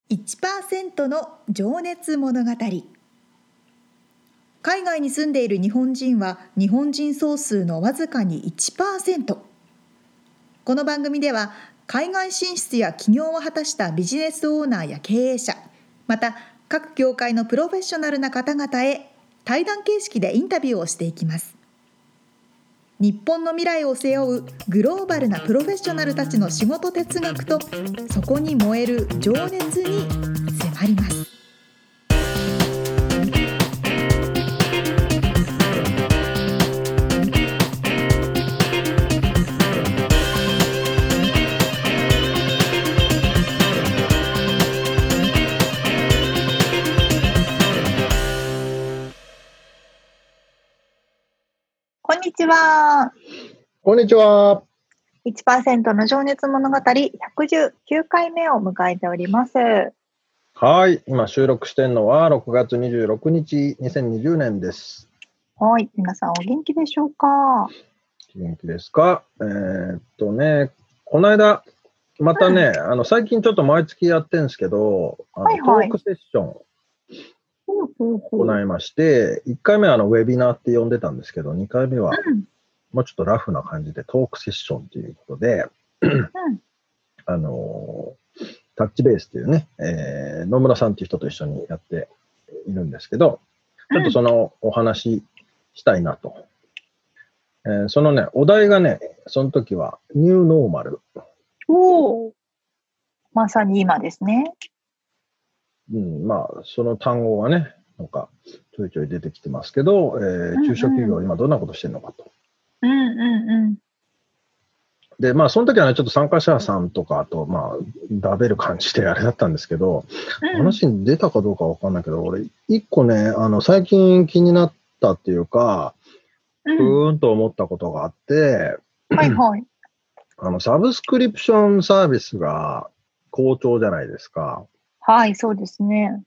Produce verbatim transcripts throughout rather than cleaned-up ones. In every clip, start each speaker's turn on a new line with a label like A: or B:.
A: いちパーセント の情熱物語。海外に住んでいる日本人は日本人総数のわずかに いちパーセント。この番組では海外進出や起業を果たしたビジネスオーナーや経営者、また各業界のプロフェッショナルな方々へ対談形式でインタビューをしていきます。日本の未来を背負うグローバルなプロフェッショナルたちの仕事哲学と、そこに燃える情熱に迫ります。
B: こんにちは。
C: こんにちは。
B: いちパーセント の情熱物語ひゃくじゅうきゅうかいめを迎えております。
C: はい。今収録してるのはろくがつにじゅうろくにち、にせんにじゅうねんです。
B: はい。皆さんお元気でしょうか？
C: 元気ですか？えーっとね、この間、またね、うん、あの、最近ちょっと毎月やってるんですけど、あの、はいはい、トークセッション行いまして、いっかいめはあのウェビナーって呼んでたんですけど、にかいめはもうちょっとラフな感じでトークセッションということで、うん、あの、タッチベースっていうね、えー、野村さんっていう人と一緒にやっているんですけど、ちょっとそのお話したいなと。うん、えー、そのね、お題がね、その時はニューノーマル。
B: おー、まさに今ですね。
C: うん、まあ、その単語がね、なんかちょいちょい出てきてますけど、えー、中小企業は今どんなことしてるのかと。
B: うんうんうん。
C: で、まあ、その時はね、ちょっと参加者さんとかと、まあ、だべる感じであれだったんですけど、うん、話に出たかどうかわかんないけど、俺、一個ね、あの、最近気になったっていうか、うーんと思ったことがあって、
B: はいはい。
C: あの、サブスクリプションサービスが好調じゃないですか。
B: はい、そうですね。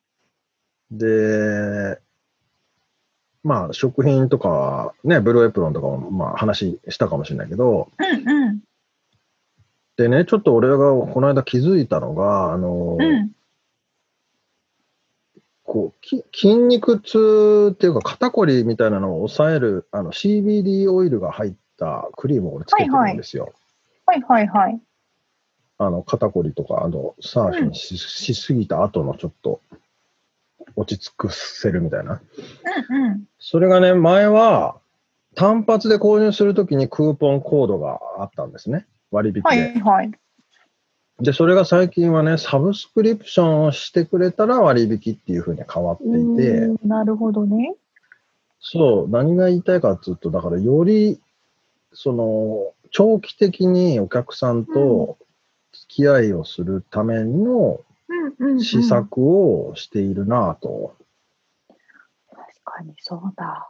C: で、まあ、食品とか、ね、ブルーエプロンとかも、まあ、話したかもしれないけど、
B: うんうん。
C: でね、ちょっと俺がこの間気づいたのが、あの、うん、こうき筋肉痛っていうか肩こりみたいなのを抑えるあの シービーディー オイルが入ったクリームを俺つけてるんですよ。
B: はいはい、はいはいはい。
C: あの肩こりとかあのサーフィン し,、うん、しすぎた後のちょっと落ち着くせるみたいな。
B: うんうん。
C: それがね、前は単発で購入するときにクーポンコードがあったんですね。割引で。
B: はいはい。
C: で、それが最近はね、サブスクリプションをしてくれたら割引っていう風に変わっていて。
B: なるほどね。
C: そう、何が言いたいかっていうと、だからより、その、長期的にお客さんと付き合いをするための施策をしているなぁと。
B: 確かにそうだ。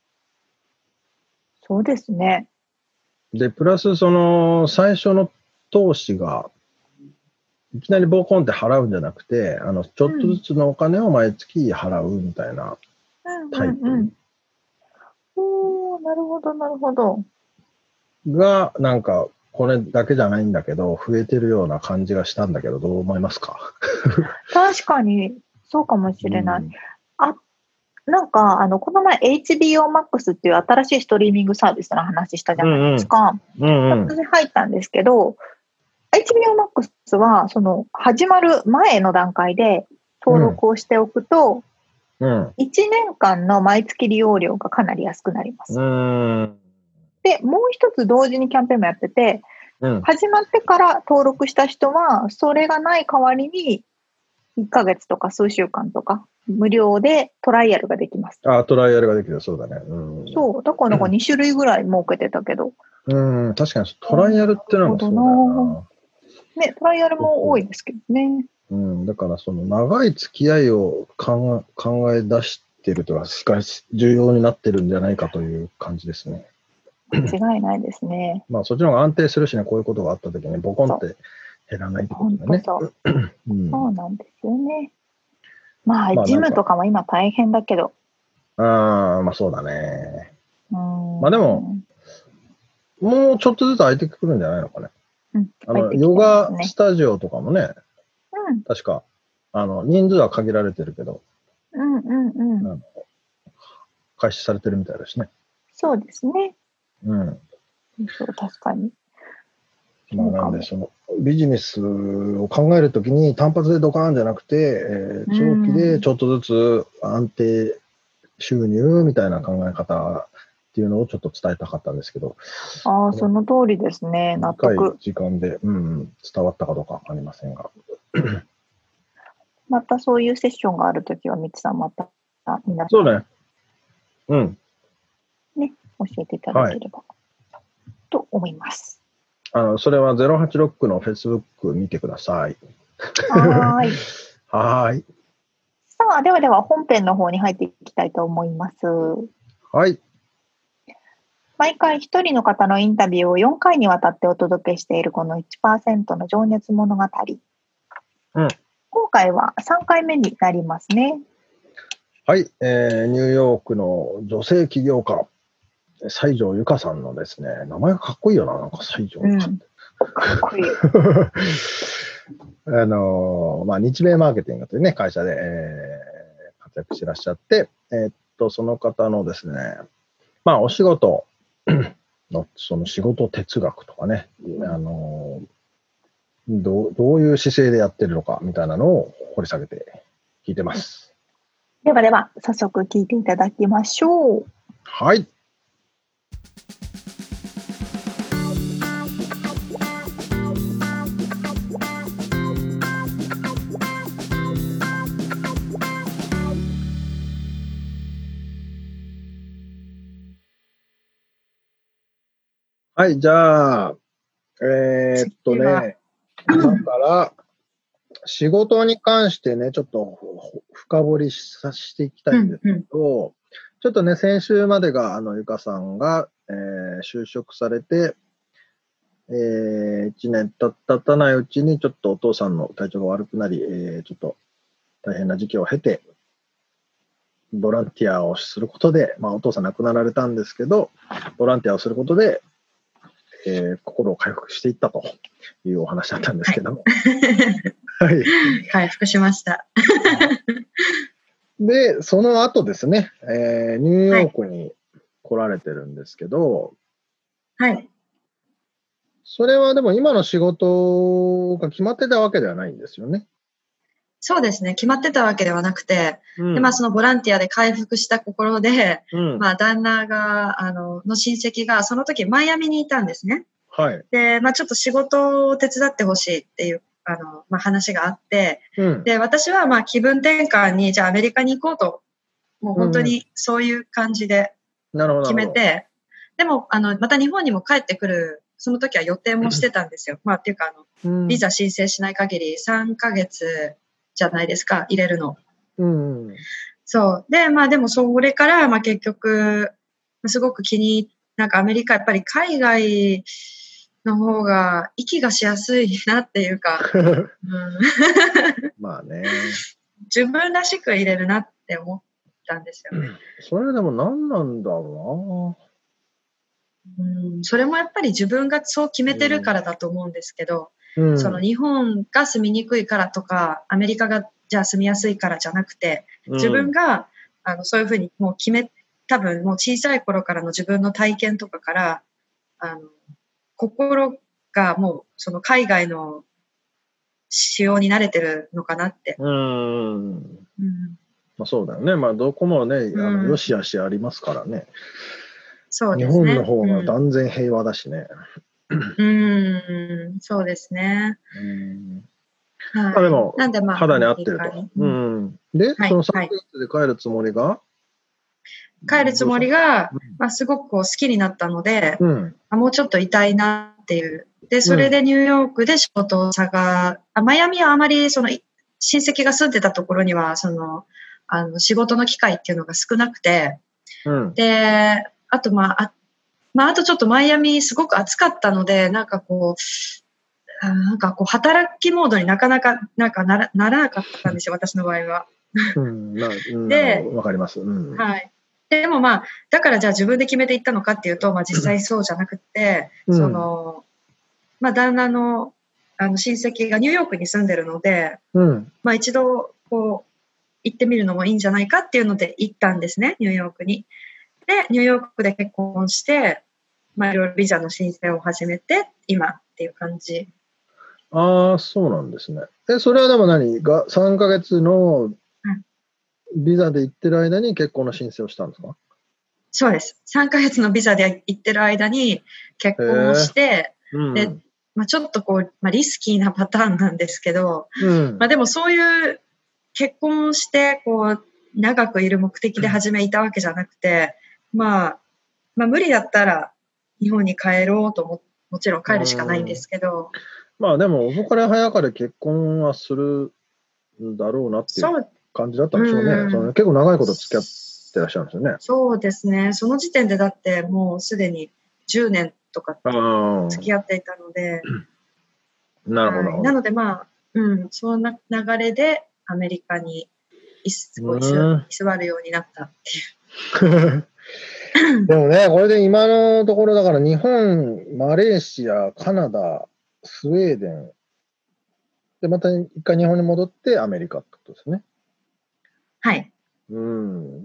B: そうですね。
C: で、プラスその、最初の投資が、いきなりボコンって払うんじゃなくて、あの、ちょっとずつのお金を毎月払うみたいなタイプ。うんうんうん、
B: おー、なるほど、なるほど。
C: が、なんか、これだけじゃないんだけど、増えてるような感じがしたんだけど、どう思いますか？
B: 確かに、そうかもしれない。うん、あ、なんか、あの、この前 エイチビーオー Max っていう新しいストリーミングサービスの話したじゃないですか。うんうん。私入ったんですけど、エイチビーオー Max は、その、始まる前の段階で登録をしておくと、うん、いちねんかんの毎月利用料がかなり安くなります。
C: うん
B: で、もう一つ同時にキャンペーンもやってて、うん、始まってから登録した人は、それがない代わりに、いっかげつとか数週間とか、無料でトライアルができます。
C: ああ、トライアルができる、そうだね。うん、
B: そう、だからなんかにしゅるいぐらい設けてたけど。
C: うん、確かにトライアルってのもそうだよ
B: な。ね、トライアルも多いですけどね。
C: うん、だからその長い付き合いを考え、考え出してるとか、しかし重要になってるんじゃないかという感じですね。
B: 間違いないですね。
C: まあそっちの方が安定するしね、こういうことがあった時にボコンって減らないってことだね。
B: そう、うん、そうなんですよね。まあ、ジムとかも今大変だけど。
C: ああ、まあそうだね。うんまあでも、もうちょっとずつ空いてくるんじゃないのかね。うん、あの、ヨガスタジオとかもね、うん、確かあの、人数は限られてるけど、
B: うんうんうん。
C: あの開始されてるみたいですね。
B: そうですね。
C: うん。
B: そう、確かに。
C: まあ、なんで、その、ビジネスを考えるときに単発でドカーンじゃなくて、えー、長期でちょっとずつ安定収入みたいな考え方っていうのをちょっと伝えたかったんですけど。
B: ああ、その通りですね。納得。
C: 短い時間で、うん、伝わったかどうかわかりませんが。
B: またそういうセッションがあるときは、みつさんまた皆さん。
C: そうね。うん。
B: ね、教えていただければ、はい、と思います。
C: あの、それはゼロはちろくの Facebook 見てください。
B: はーい。
C: はーい。
B: さあ、ではでは本編の方に入っていきたいと思います。
C: はい。
B: 毎回一人の方のインタビューをよんかいにわたってお届けしているこの いちパーセント の情熱物語。
C: うん。
B: 今回はさんかいめになりますね。
C: はい。えー、ニューヨークの女性起業家、西条由香さんのですね、名前がかっこいいよな、なんか西条由香って。
B: うん、かっこいい。
C: あのー、まあ、日米マーケティングというね、会社で、えー、活躍してらっしゃって、えー、っと、その方のですね、まあ、お仕事の、その仕事哲学とかね、あのー、どう、どういう姿勢でやってるのかみたいなのを掘り下げて聞いてます。
B: ではでは、早速聞いていただきましょう。
C: はい。はい、じゃあ、えー、っとね、今から仕事に関してね、ちょっと深掘りさせていきたいんですけど、うんうん、ちょっとね、先週までが、あの、ゆかさんが、えー、就職されて、えー、いちねんた経たないうちに、ちょっとお父さんの体調が悪くなり、えー、ちょっと大変な時期を経て、ボランティアをすることで、まあ、お父さん亡くなられたんですけど、ボランティアをすることで、えー、心を回復していったというお話だったんですけども。
D: はい。回復しました。
C: で、その後ですね、えー、ニューヨークに来られてるんですけど、
D: はい。
C: それはでも今の仕事が決まってたわけではないんですよね。
D: そうですね。決まってたわけではなくて、うん、で、まあそのボランティアで回復した心で、うん、まあ旦那が、あの、の親戚がその時マイアミにいたんですね。
C: はい。
D: で、まあちょっと仕事を手伝ってほしいっていう、あの、まあ話があって、うん、で、私はまあ気分転換に、じゃあアメリカに行こうと、もう本当にそういう感じで決めて、うんうん、でも、あの、また日本にも帰ってくる、その時は予定もしてたんですよ。まあっていうか、あの、ビザ申請しない限りさんかげつ、じゃないですか、入れるの。
C: うん。
D: そう。で、まあでもそれから、まあ結局、すごく気に、なんかアメリカ、やっぱり海外の方が息がしやすいなっていうか。うん、
C: まあね。
D: 自分らしく入れるなって思ったんですよね。
C: それでも何なんだろ
D: うな。うん、それもやっぱり自分がそう決めてるからだと思うんですけど、うん、その日本が住みにくいからとか、アメリカがじゃあ住みやすいからじゃなくて、自分が、うん、あのそういうふうにもう決め、多分もう小さい頃からの自分の体験とかから、あの心がもうその海外の仕様に慣れてるのかなって。
C: うん。うん、まあそうだよね。まあどこもね、あの良し悪しありますからね。
D: そうですね。
C: 日本の方が断然平和だしね。
D: うん、うん、そうですね。
C: うん
D: はい、
C: あでも、
D: なんでまあ、
C: 肌に合ってると。うん、で、はい、そのさんかげつで帰るつもりが、は
D: い、帰るつもりが、まあ、すごくこう好きになったので、うん、もうちょっといたいなっていう。で、それでニューヨークで仕事を探、うん、マイアミはあまりその親戚が住んでたところには、その、あの仕事の機会っていうのが少なくて、うん、で、あとまあ、あまあ、あとちょっとマイアミすごく暑かったので、なんかこう、なんかこう、働きモードになかなか、なんかなら、ならなかったんですよ、私の場合は。
C: うん、なで、わかります。うん、
D: はい。でもまあ、だからじゃあ自分で決めていったのかっていうと、まあ実際そうじゃなくて、うん、その、まあ旦那の、 あの親戚がニューヨークに住んでるので、
C: うん、
D: まあ一度こう行ってみるのもいいんじゃないかっていうので行ったんですね、ニューヨークに。で、ニューヨークで結婚して、まあいろいろビザの申請を始めて、今っていう感じ。
C: ああ、そうなんですね。え、それはでも何が、さんかげつのビザで行ってる間に結婚の申請をしたんですか？
D: そうです。さんかげつのビザで行ってる間に結婚をして、
C: うん、
D: で、まあ、ちょっとこう、まあ、リスキーなパターンなんですけど、
C: うん、
D: まあ、でもそういう結婚をしてこう長くいる目的で初めいたわけじゃなくて、まあ、まあ無理だったら日本に帰ろうとももちろん帰るしかないんですけど、
C: まあでも遅かれ早かれ結婚はするんだろうなっていう感じだったんでしょうね。うん、その結構長いこと付き合ってらっしゃるんですよね。
D: そうですね。その時点でだってもうすでにじゅうねんとか付き合っていたので、
C: なるほど、
D: はい、なのでまあ、うん、そんな流れでアメリカに居座るようになったっていう。
C: でもね、これで今のところだから日本、マレーシア、カナダ、スウェーデン、で、また一回日本に戻ってアメリカってことですね。
D: はい。
C: うん。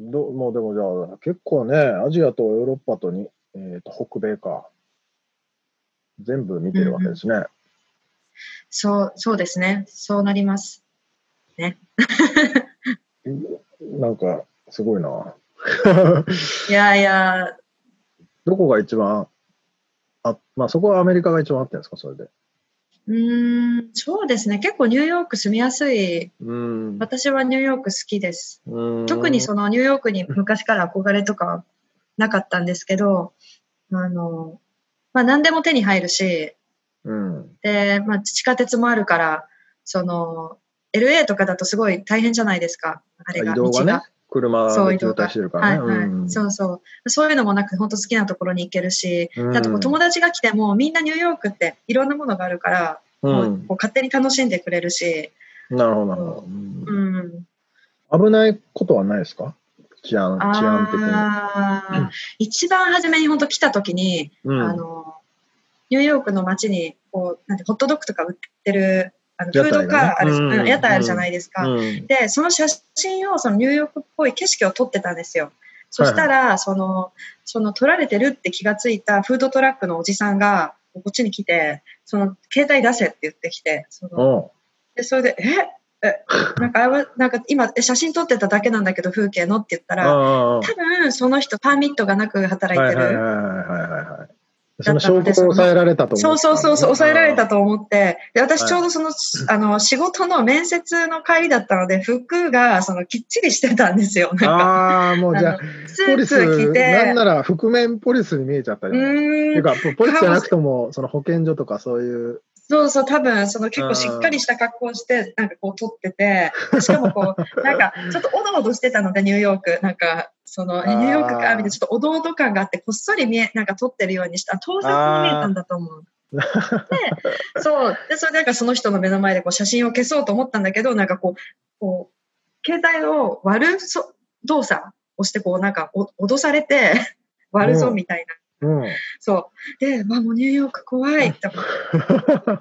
C: どもうでもじゃあ結構ね、アジアとヨーロッパとに、えー、と北米か。全部見てるわけですね。うん、
D: そう、そうですね。そうなります。ね。
C: なんか、すごいな。
D: いやいや。
C: どこが一番、あ、まあそこはアメリカが一番合ってるんですか、それで。
D: うーん、そうですね。結構ニューヨーク住みやすい。うん、私はニューヨーク好きです。特にそのニューヨークに昔から憧れとかはなかったんですけど、あの、まあ何でも手に入るし、うん、で、まあ地下鉄もあるから、その、エルエー とかだとすごい大変じゃないですか。あれが、道が。移動がね、
C: 車で渋滞してるからね。
D: はいはい、うん、そうそう。そういうのもなく、本当好きなところに行けるし、うん、あとこう友達が来ても、みんなニューヨークっていろんなものがあるから、うん、もうこう勝手に楽しんでくれるし。
C: なるほど、なるほど。うん。危ないことはないですか？治安、治安的に。
D: あ一番初めに本当来た時に、うん、あの、ニューヨークの街に、こう、なんてホットドッグとか売ってる、あのフードカーある、ね、うん、屋台あるじゃないですか、うん、でその写真をそのニューヨークっぽい景色を撮ってたんですよ。そしたら、はいはい、そのその撮られてるって気がついたフードトラックのおじさんがこっちに来て、その携帯出せって言ってきて、そのでそれでええなんかなんか今写真撮ってただけなんだけど風景のって言ったら、多分その人パーミットがなく働いてる。その
C: 証拠を抑えられたと思って、
D: ね、そうそうそうそう、抑えられたと思って、で私ちょうどその、はい、あの、仕事の面接の帰りだったので、服が、その、きっちりしてたんですよ。なんか
C: ああ、もうじゃあ、ポリス、なんなら覆面ポリスに見えちゃったり。うん。ていうか、ポリスじゃなくとも、その保健所とかそういう。
D: そうそう、多分、その結構しっかりした格好をして、なんかこう撮ってて、しかもこう、なんか、ちょっとおどおどしてたので、ニューヨーク。なんか、その、ニューヨークか、みたいな、ちょっとおどおど感があって、こっそり見え、なんか撮ってるようにした、盗撮に見えたんだと思う。で、そう。で、それでなんかその人の目の前でこう写真を消そうと思ったんだけど、なんかこう、こう、携帯を割るそ動作をして、こう、なんかお脅されて、割るぞみたいな。うん、そう。で、まあもうニューヨーク怖いって思って。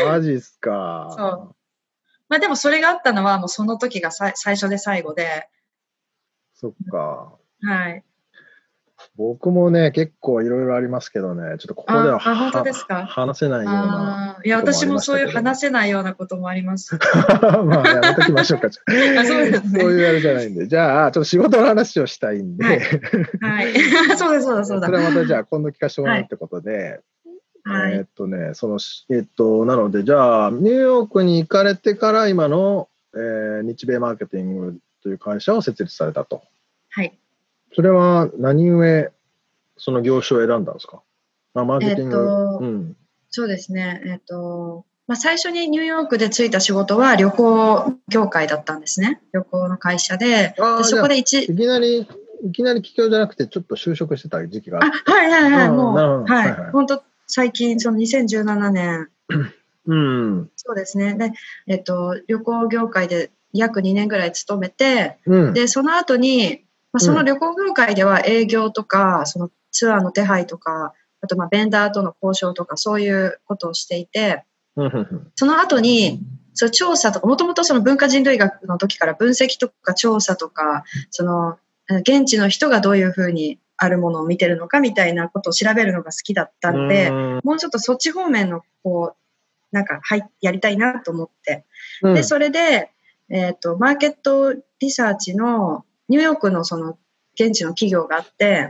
C: マジっすか。
D: そう。まあでもそれがあったのはもうその時がさ最初で最後で。
C: そっか。
D: はい。
C: 僕もね、結構いろいろありますけどね、ちょっとここでは
D: ああ本当ですか
C: 話せないような。
D: いや、私もそういう話せないようなこともあります。
C: まあ、やめときましょうか。あそうですね。そういうあれじゃないんで。じゃあ、ちょっと仕事の話をしたいんで。
D: はい。はい、そうだそうだそうだ。
C: それはまたじゃあ、今度聞かせてもらうってことで。はい、えー、っとね、その、えー、っと、なので、じゃあ、ニューヨークに行かれてから今の、えー、日米マーケティングという会社を設立されたと。
D: はい。
C: それは何故、その業種を選んだんですか？まあ、マーケティング。えーうん、
D: そうですね。えっと、まあ、最初にニューヨークでついた仕事は旅行業界だったんですね。旅行の会社で。でそこで一
C: いきなり、いきなり起業じゃなくて、ちょっと就職してた時期がある。
D: あ、はいはいはい。もう、はい。本当最近、そのにせんじゅうななねん。
C: うん。
D: そうですね。で、えっと、旅行業界で約にねんぐらい勤めて、うん、で、その後に、まあ、その旅行業界では営業とか、そのツアーの手配とか、 あとまあベンダーとの交渉とかそういうことをしていて、その後にその調査とか、もともとその文化人類学の時から分析とか調査とか、その現地の人がどういうふうにあるものを見てるのかみたいなことを調べるのが好きだったので、もうちょっとそっち方面のこうなんか、はい、やりたいなと思って。で、それで、えっと、マーケットリサーチのニューヨークのその現地の企業があって、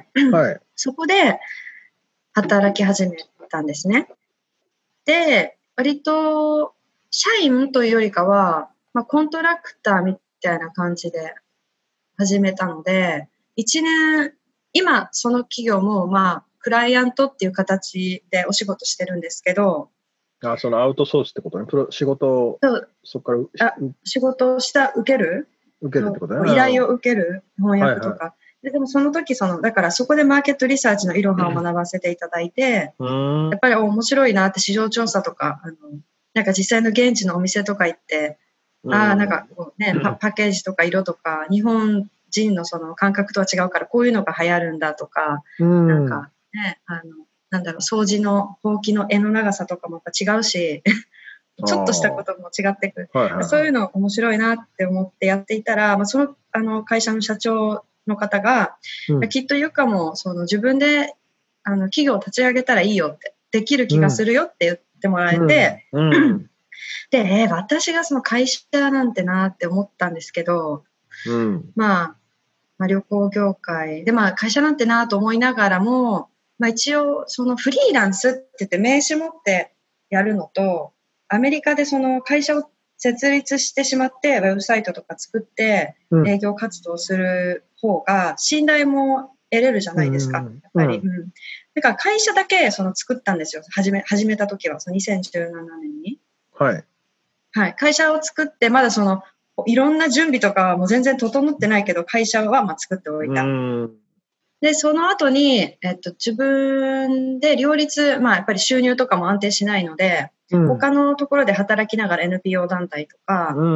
D: はい、そこで働き始めたんですね。で、割と社員というよりかは、まあ、コントラクターみたいな感じで始めたので、一年、今その企業もまあ、クライアントっていう形でお仕事してるんですけど、
C: あ、そのアウトソースってことね。プロ仕事をそこから
D: あ仕事をした受ける
C: 受けるってことね。
D: 依頼を受ける翻訳とか、はいはい、で, でもその時そのだからそこでマーケットリサーチのいろはを学ばせていただいて、うん、やっぱり面白いなって市場調査とかあのなんか実際の現地のお店とか行って、うん、ああなんかこうね パ, パッケージとか色とか日本人のその感覚とは違うからこういうのが流行るんだとか、うん、なんかねあのなんだろう、掃除のほうきの柄の長さとかもやっぱ違うし、ちょっとしたことも違ってくる。はいはいはい、そういうの面白いなって思ってやっていたら、まあ、その、あの会社の社長の方が、うん、きっとゆかもその自分であの企業を立ち上げたらいいよって、できる気がするよって言ってもらえて、うんうん、で、えー、私がその会社なんてなって思ったんですけど、うん、まあ、まあ、旅行業界で、まあ会社なんてなと思いながらも、まあ、一応そのフリーランスって言って名刺持ってやるのと、アメリカでその会社を設立してしまってウェブサイトとか作って営業活動する方が信頼も得れるじゃないですか、やっぱり、うんうん、だから会社だけその作ったんですよ、始め始めた時はそのにせんじゅうななねんに、
C: はい
D: はい、会社を作ってまだそのいろんな準備とかはもう全然整ってないけど会社はまあ作っておいた。で、その後に、えっと、自分で両立、まあやっぱり収入とかも安定しないので、うん、他のところで働きながら エヌピーオー 団体とか、うん、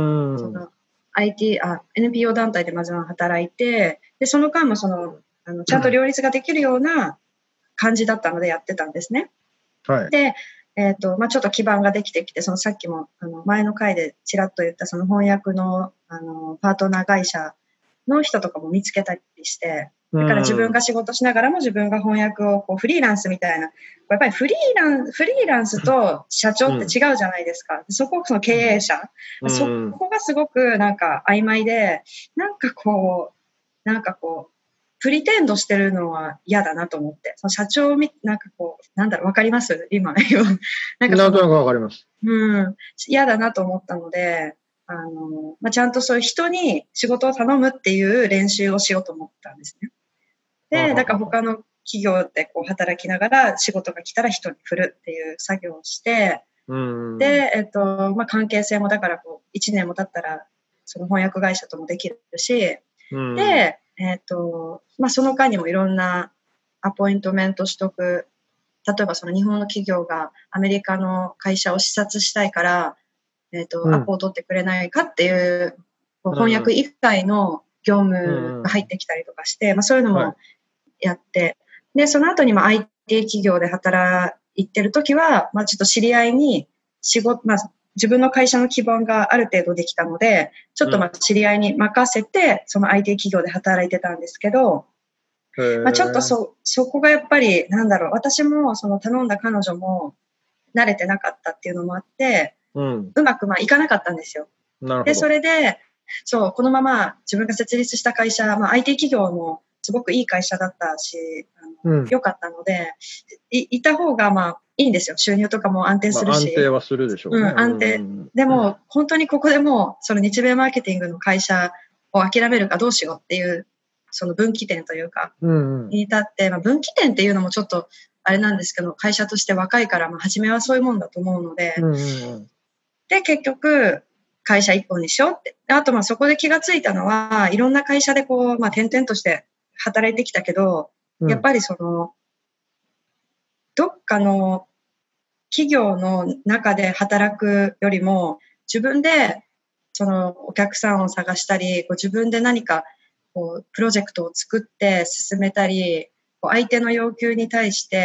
D: その アイティー、あ、エヌピーオー 団体でまずは働いて、で、その間もその、あのちゃんと両立ができるような感じだったのでやってたんですね。はい、で、えっと、まあちょっと基盤ができてきて、そのさっきも、あの、前の回でちらっと言ったその翻訳の、あの、パートナー会社の人とかも見つけたりして、だから自分が仕事しながらも自分が翻訳をこうフリーランスみたいな、やっぱりフリーラン、フリーランスと社長って違うじゃないですか。そこ、その経営者。そこがすごくなんか曖昧で、なんかこう、なんかこう、プリテンドしてるのは嫌だなと思って。その社長み、なんかこう、なんだろう、わかります今。なんか
C: なんとなくわかります。
D: うん。嫌だなと思ったので、あの、まあ、ちゃんとそういう人に仕事を頼むっていう練習をしようと思ったんですね。で、だから他の企業でこう働きながら仕事が来たら人に振るっていう作業をして、で、えっと、まあ、関係性もだからこう、一年も経ったら、その翻訳会社ともできるし、で、えっと、まあ、その間にもいろんなアポイントメント取得、例えばその日本の企業がアメリカの会社を視察したいから、えっと、アポを取ってくれないかっていう、翻訳以外の業務が入ってきたりとかして、まあ、そういうのもやって、で、その後にまあ アイティー 企業で働いてるときは、まあちょっと知り合いに仕事、まあ自分の会社の基盤がある程度できたので、ちょっとまあ知り合いに任せて、その アイティー 企業で働いてたんですけど、まあちょっとそ、そこがやっぱり、なんだろう、私もその頼んだ彼女も慣れてなかったっていうのもあって、うん、うまくまあいかなかったんですよ。
C: なるほど。
D: で、それで、そう、このまま自分が設立した会社、まあ アイティー 企業もすごくいい会社だったし、あの、うん、良かったのでい、いた方がまあいいんですよ。収入とかも安定するし。
C: まあ、安定はするでしょうね。
D: うん、安定。うん、でも、うん、本当にここでもう、その日米マーケティングの会社を諦めるかどうしようっていう、その分岐点というか、うんうん、に至って、まあ、分岐点っていうのもちょっとあれなんですけど、会社として若いから、まあ、初めはそういうもんだと思うので、うんうんうん、で、結局、会社一本にしようって。あと、まあ、そこで気がついたのは、いろんな会社でこう、まあ、転々として働いてきたけど、やっぱりその、どっかの企業の中で働くよりも、自分でそのお客さんを探したり、こう自分で何かこうプロジェクトを作って進めたり、こう相手の要求に対して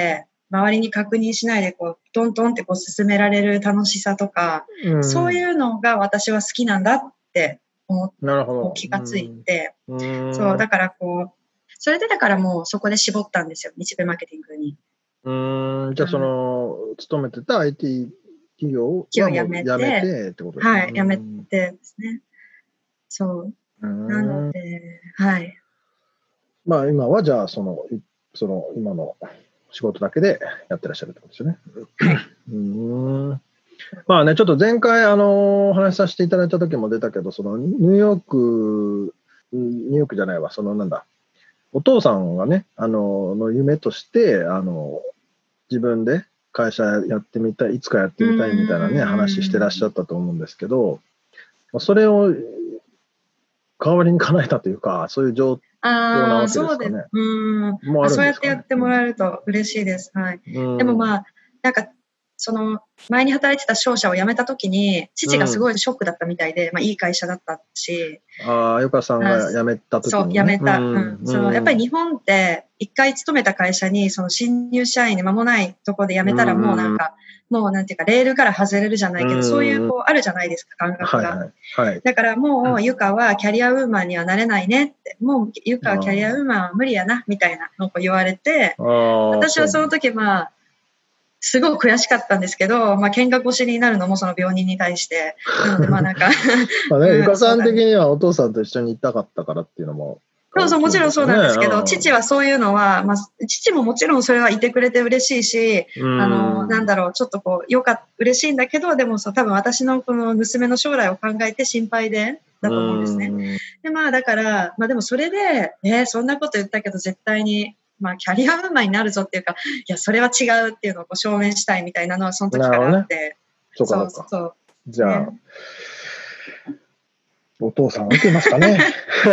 D: 周りに確認しないでこうトントンってこう進められる楽しさとか、うん、そういうのが私は好きなんだって思って気がついて、うん、そうだからこうそれでだからもうそこで絞ったんですよ、日米マーケティングに。
C: うーんじゃあその、うん、勤めてた アイティー 企業を
D: 辞めて
C: 辞めてってことですね。
D: はい、辞めてですね。そう。なので、はい。
C: まあ今はじゃあその、その今の仕事だけでやってらっしゃるってことですよね。
D: はい。
C: うーんまあね、ちょっと前回あのお話しさせていただいた時も出たけど、そのニューヨーク、ニューヨークじゃないわ、そのなんだ、お父さんがね、あの、の夢として、あの、自分で会社やってみたい、いつかやってみたいみたいなね、話してらっしゃったと思うんですけど、それを代わりに叶えたというか、そういう状況なわけですかね。
D: そうです。うん。もうあるんですかね。そうやってやってもらえると嬉しいです。はい。でもまあ、なんか、その前に働いてた商社を辞めた時に父がすごいショックだったみたいで、うん、まあいい会社だったし、
C: ああ、ゆかさんが辞めた時に、ね、
D: そう辞めた、うんうん、そのやっぱり日本って一回勤めた会社にその新入社員に間もないとこで辞めたらもうなんか、うん、もうなんていうかレールから外れるじゃないけど、うん、そういうこうあるじゃないですか感覚が、はいはいはい、だからもうゆかはキャリアウーマンにはなれないねって、もうゆかはキャリアウーマンは無理やなみたいなのを言われて、私はその時まあすごく悔しかったんですけど、まあ、喧嘩腰になるのもその病人に対して。なので、まあなんか
C: まあね、ゆかさん的にはお父さんと一緒に行きたかったからっていうのも、
D: ね。そうそう、もちろんそうなんですけど、父はそういうのは、まあ、父ももちろんそれはいてくれて嬉しいし、あの、なんだろう、ちょっとこう、よかった、嬉しいんだけど、でもそう、多分私のこの娘の将来を考えて心配で、だと思うんですね。で、まあだから、まあでもそれで、えー、そんなこと言ったけど絶対に、まあ、キャリアウーマンになるぞっていうか、いや、それは違うっていうのをこう証明したいみたいなのは、その時からあって。ね、
C: そうか、そうか。そうそうじゃあ、ね、お父さん受けますかね。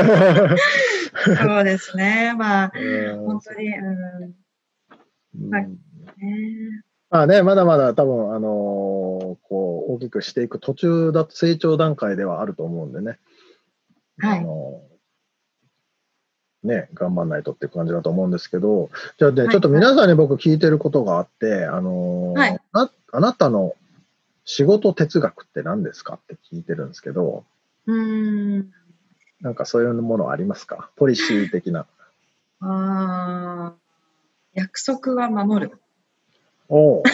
D: そうですね。まあ、本当に、うん。まあ、ね。
C: まあね、まだまだ多分、あのー、こう、大きくしていく途中だと、成長段階ではあると思うんでね。
D: はい。
C: あのーね、頑張んないとって感じだと思うんですけど、じゃあね、はい、ちょっと皆さんに僕聞いてることがあって、あのーはい、あ、あなたの仕事哲学って何ですかって聞いてるんですけど、
D: うーん
C: なんかそういうものありますか？ポリシー的な。
D: あ約束は守る。
C: おお。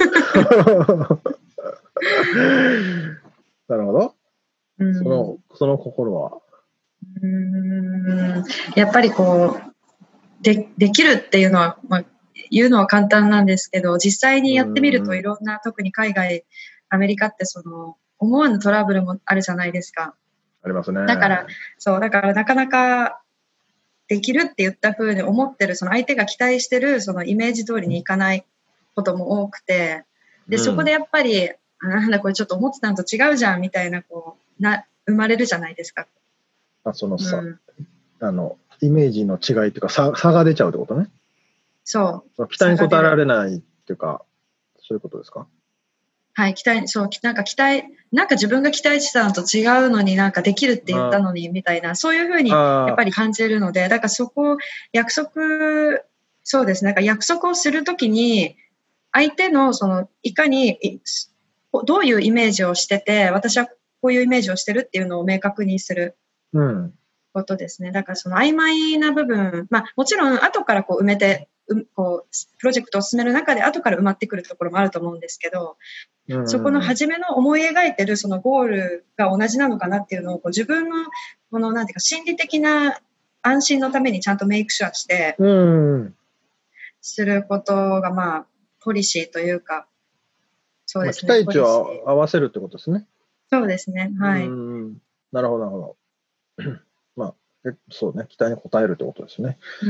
C: なるほど。その、その心は
D: うーんやっぱりこうで、できるっていうのは、まあ、言うのは簡単なんですけど、実際にやってみるといろんな、特に海外、アメリカってその、思わぬトラブルもあるじゃないですか。
C: ありますね。
D: だから、そう、だからなかなかできるって言った風に思ってる、その相手が期待してる、そのイメージ通りにいかないことも多くて、で、そこでやっぱり、あ、なんだこれちょっと思ってたのと違うじゃんみたいな、こう、な、生まれるじゃないですか。
C: あ、そのさ、うん、あの、イメージの違いっていうか差、差が出ちゃうってことね。
D: そう。
C: 期待に応えられないっていうか、そういうことですか？
D: はい、期待、そう、なんか期待、なんか自分が期待してたのと違うのになんかできるって言ったのにみたいな、そういうふうにやっぱり感じるので、だからそこ、約束、そうですね、なんか約束をするときに、相手のその、いかに、どういうイメージをしてて、私はこういうイメージをしてるっていうのを明確にする。
C: うん
D: ことですね。だからその曖昧な部分、まあもちろん後からこう埋めて、うこうプロジェクトを進める中で後から埋まってくるところもあると思うんですけど、うんうんうん、そこの初めの思い描いてるそのゴールが同じなのかなっていうのをこう自分のこのなんていうか心理的な安心のためにちゃんとメイクシュアしてすることがまあポリシーというか、そうですね。
C: まあ、期待値を合わせるってことですね。
D: そうですね。はい。
C: うんなるほどなるほど。まあ、えそうね、期待に応えるってことですね。
D: うん。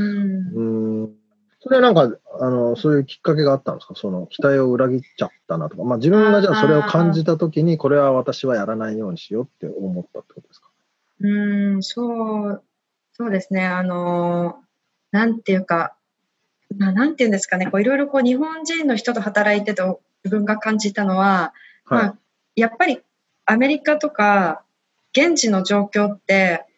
C: うんそれはなんか、あの、そういうきっかけがあったんですか？その期待を裏切っちゃったなとか、まあ自分がじゃあそれを感じたときに、これは私はやらないようにしようって思ったってことですか？
D: うん、そう、そうですね。あの、なんていうか、まあ、なんていうんですかね、こういろいろこう日本人の人と働いてて自分が感じたのは、はいまあ、やっぱりアメリカとか現地の状況って、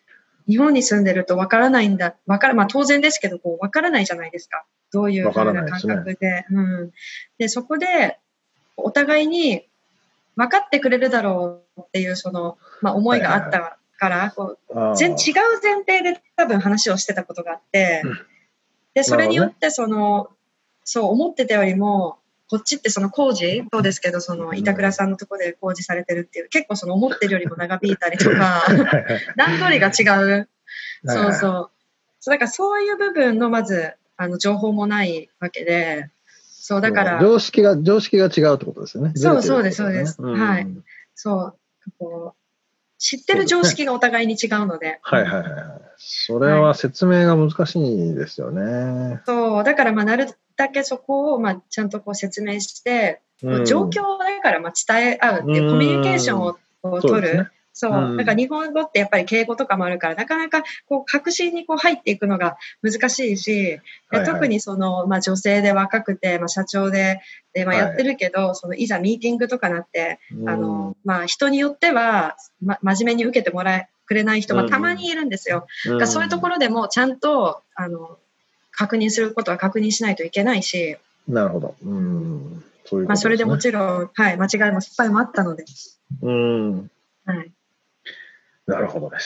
D: 日本に住んでるとわからないんだ、わから、まあ当然ですけど、こうわからないじゃないですか。どういう風な感覚で。で、うん。で、そこで、お互いに分かってくれるだろうっていう、その、まあ思いがあったから、こう全違う前提で多分話をしてたことがあって、で、それによってその、そう思ってたよりも、こっちってその工事、そうですけど、その板倉さんのところで工事されてるっていう、結構その思ってるよりも長引いたりとか、段取りが違う。そうそう。そうだからそういう部分のまず、あの、情報もないわけで、そうだから。
C: 常識が、常識が違うってことですよね。
D: そうそうです、そうです。うん、はい。そう。こう知ってる常識がお互いに違うので。
C: はいはいはい。それは説明が難しいですよね。はい、
D: そう。だからまあなるだけそこをまあちゃんとこう説明して、うん、状況をだからまあ伝え合うっていうコミュニケーションをこう取る。そう。だから日本語ってやっぱり敬語とかもあるから、なかなかこう確信にこう入っていくのが難しいし、はいはい、特にその、まあ女性で若くて、まあ社長で、でまあやってるけど、はい、そのいざミーティングとかなって、あの、まあ人によっては、ま、真面目に受けてもらえ、くれない人、まあたまにいるんですよ。だからそういうところでもちゃんと、あの、確認することは確認しないといけないし。
C: なるほど。うん。そういうことですね。
D: まあそれでもちろん、はい、間違いも失敗もあったので。
C: うん。
D: はい。
C: なるほどです。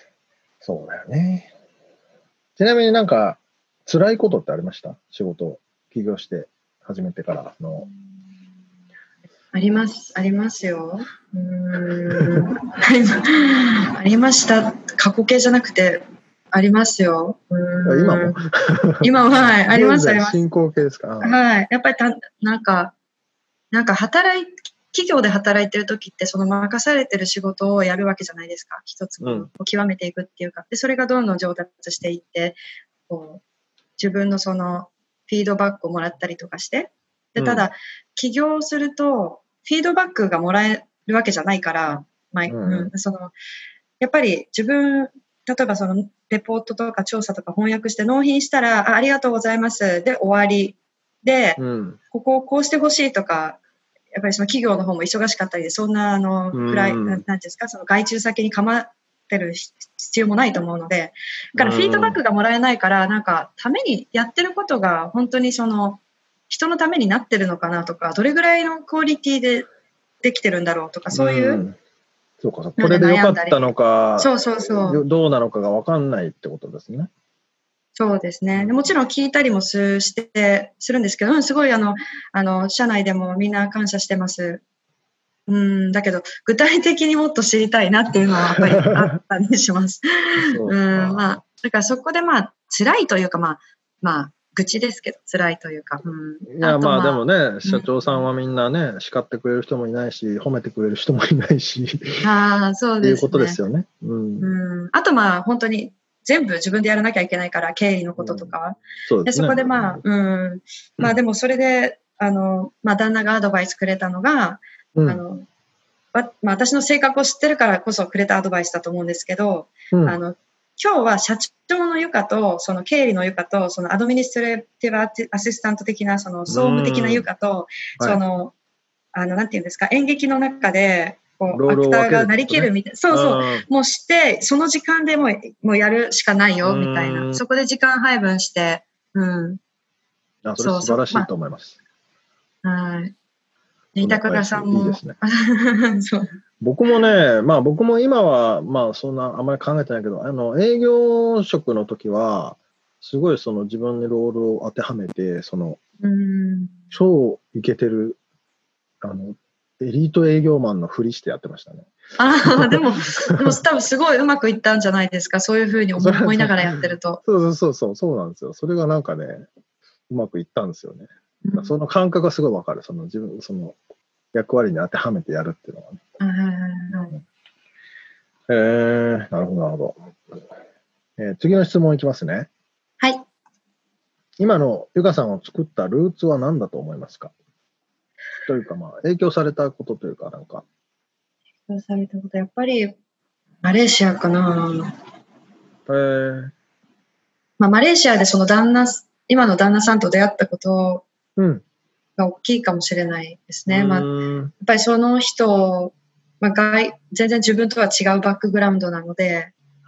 C: そうだよね。ちなみになんか、辛いことってありました？仕事を起業して始めてからの。
D: あります、ありますよ。うーんありました。過去形じゃなくて、ありますよ。
C: う今も
D: 今は、はい、あります、あります。
C: 進行形ですか？
D: はい。やっぱりた、なんか、なんか働い、企業で働いてる時って、その任されてる仕事をやるわけじゃないですか。一つこう、うん、極めていくっていうか。で、それがどんどん上達していって、こう、自分のその、フィードバックをもらったりとかして。で、ただ、うん、起業すると、フィードバックがもらえるわけじゃないから、まあ、うんうん、その、やっぱり自分、例えばその、レポートとか調査とか翻訳して納品したら、あ、ありがとうございます。で、終わり。で、うん、ここをこうしてほしいとか、やっぱりその企業の方も忙しかったりで、そんなあの、くらい、なんていうんですか、その外注先に構ってる必要もないと思うので、だからフィードバックがもらえないから、なんか、ためにやってることが本当にその、人のためになってるのかなとか、どれぐらいのクオリティでできてるんだろうとか、そういう。うん
C: そうか、これで良かったのか、
D: そうそうそう。
C: どうなのかが分かんないってことですね。
D: そうですね。もちろん聞いたりもすして、するんですけど、うん、すごいあの、あの、社内でもみんな感謝してます。うん、だけど、具体的にもっと知りたいなっていうのはやっぱりあったりします。ううん、まあ、だからそこでまあ、辛いというか、まあ、まあ、愚痴ですけど、辛いというか。うん、
C: いや、まあ、まあ、でもね、社長さんはみんなね、うん、叱ってくれる人もいないし、褒めてくれる人もいないし。
D: ああ、そうですね。
C: っていうことですよね。うん。
D: うん、あとまあ、本当に、全部自分でやらなきゃいけないから、経理のこととか。うん、
C: そうですね。
D: で、そこでまあ、うん。まあでもそれで、あの、まあ旦那がアドバイスくれたのが、うん、あの、まあ私の性格を知ってるからこそくれたアドバイスだと思うんですけど、うん、あの、今日は社長のゆかと、その経理のゆかと、そのアドミニストレティブアシスタント的な、その総務的なゆかと、その、はい、あの、なんていうんですか、演劇の中で、こう、アクターがなりきるみたいな。そうそう。もうして、その時間でもう、もうやるしかないよ、みたいな。そこで時間配分して、うん。
C: あ、それ素晴らしいと思います。
D: まあ、はい。板倉さんも。
C: いいですね。そう僕もね、まあ僕も今は、まあそんなあんまり考えてないけど、あの、営業職の時は、すごいその自分にロールを当てはめて、その、
D: うん
C: 超イケてる、あの、エリート営業マンのふりしてやってましたね。
D: ああ、でも、でも多分すごいうまくいったんじゃないですか。そういうふうに思いながらやってると。
C: そうそうそう、そうなんですよ。それがなんかね、うまくいったんですよね。うん、その感覚がすごいわかる。その自分、その役割に当てはめてやるっていうのはね。
D: うん
C: えー、なるほど、なるほど。えー、次の質問いきますね。
D: はい。
C: 今のゆかさんを作ったルーツは何だと思いますか？というか、まあ、影響されたことというか、なんか。
D: 影響されたこと、やっぱり、マレーシアかな。
C: えー、
D: まあ、マレーシアでその旦那、今の旦那さんと出会ったことが大きいかもしれないですね。うん、まあ、やっぱりその人、まあ、外全然自分とは違うバックグラウンドなので、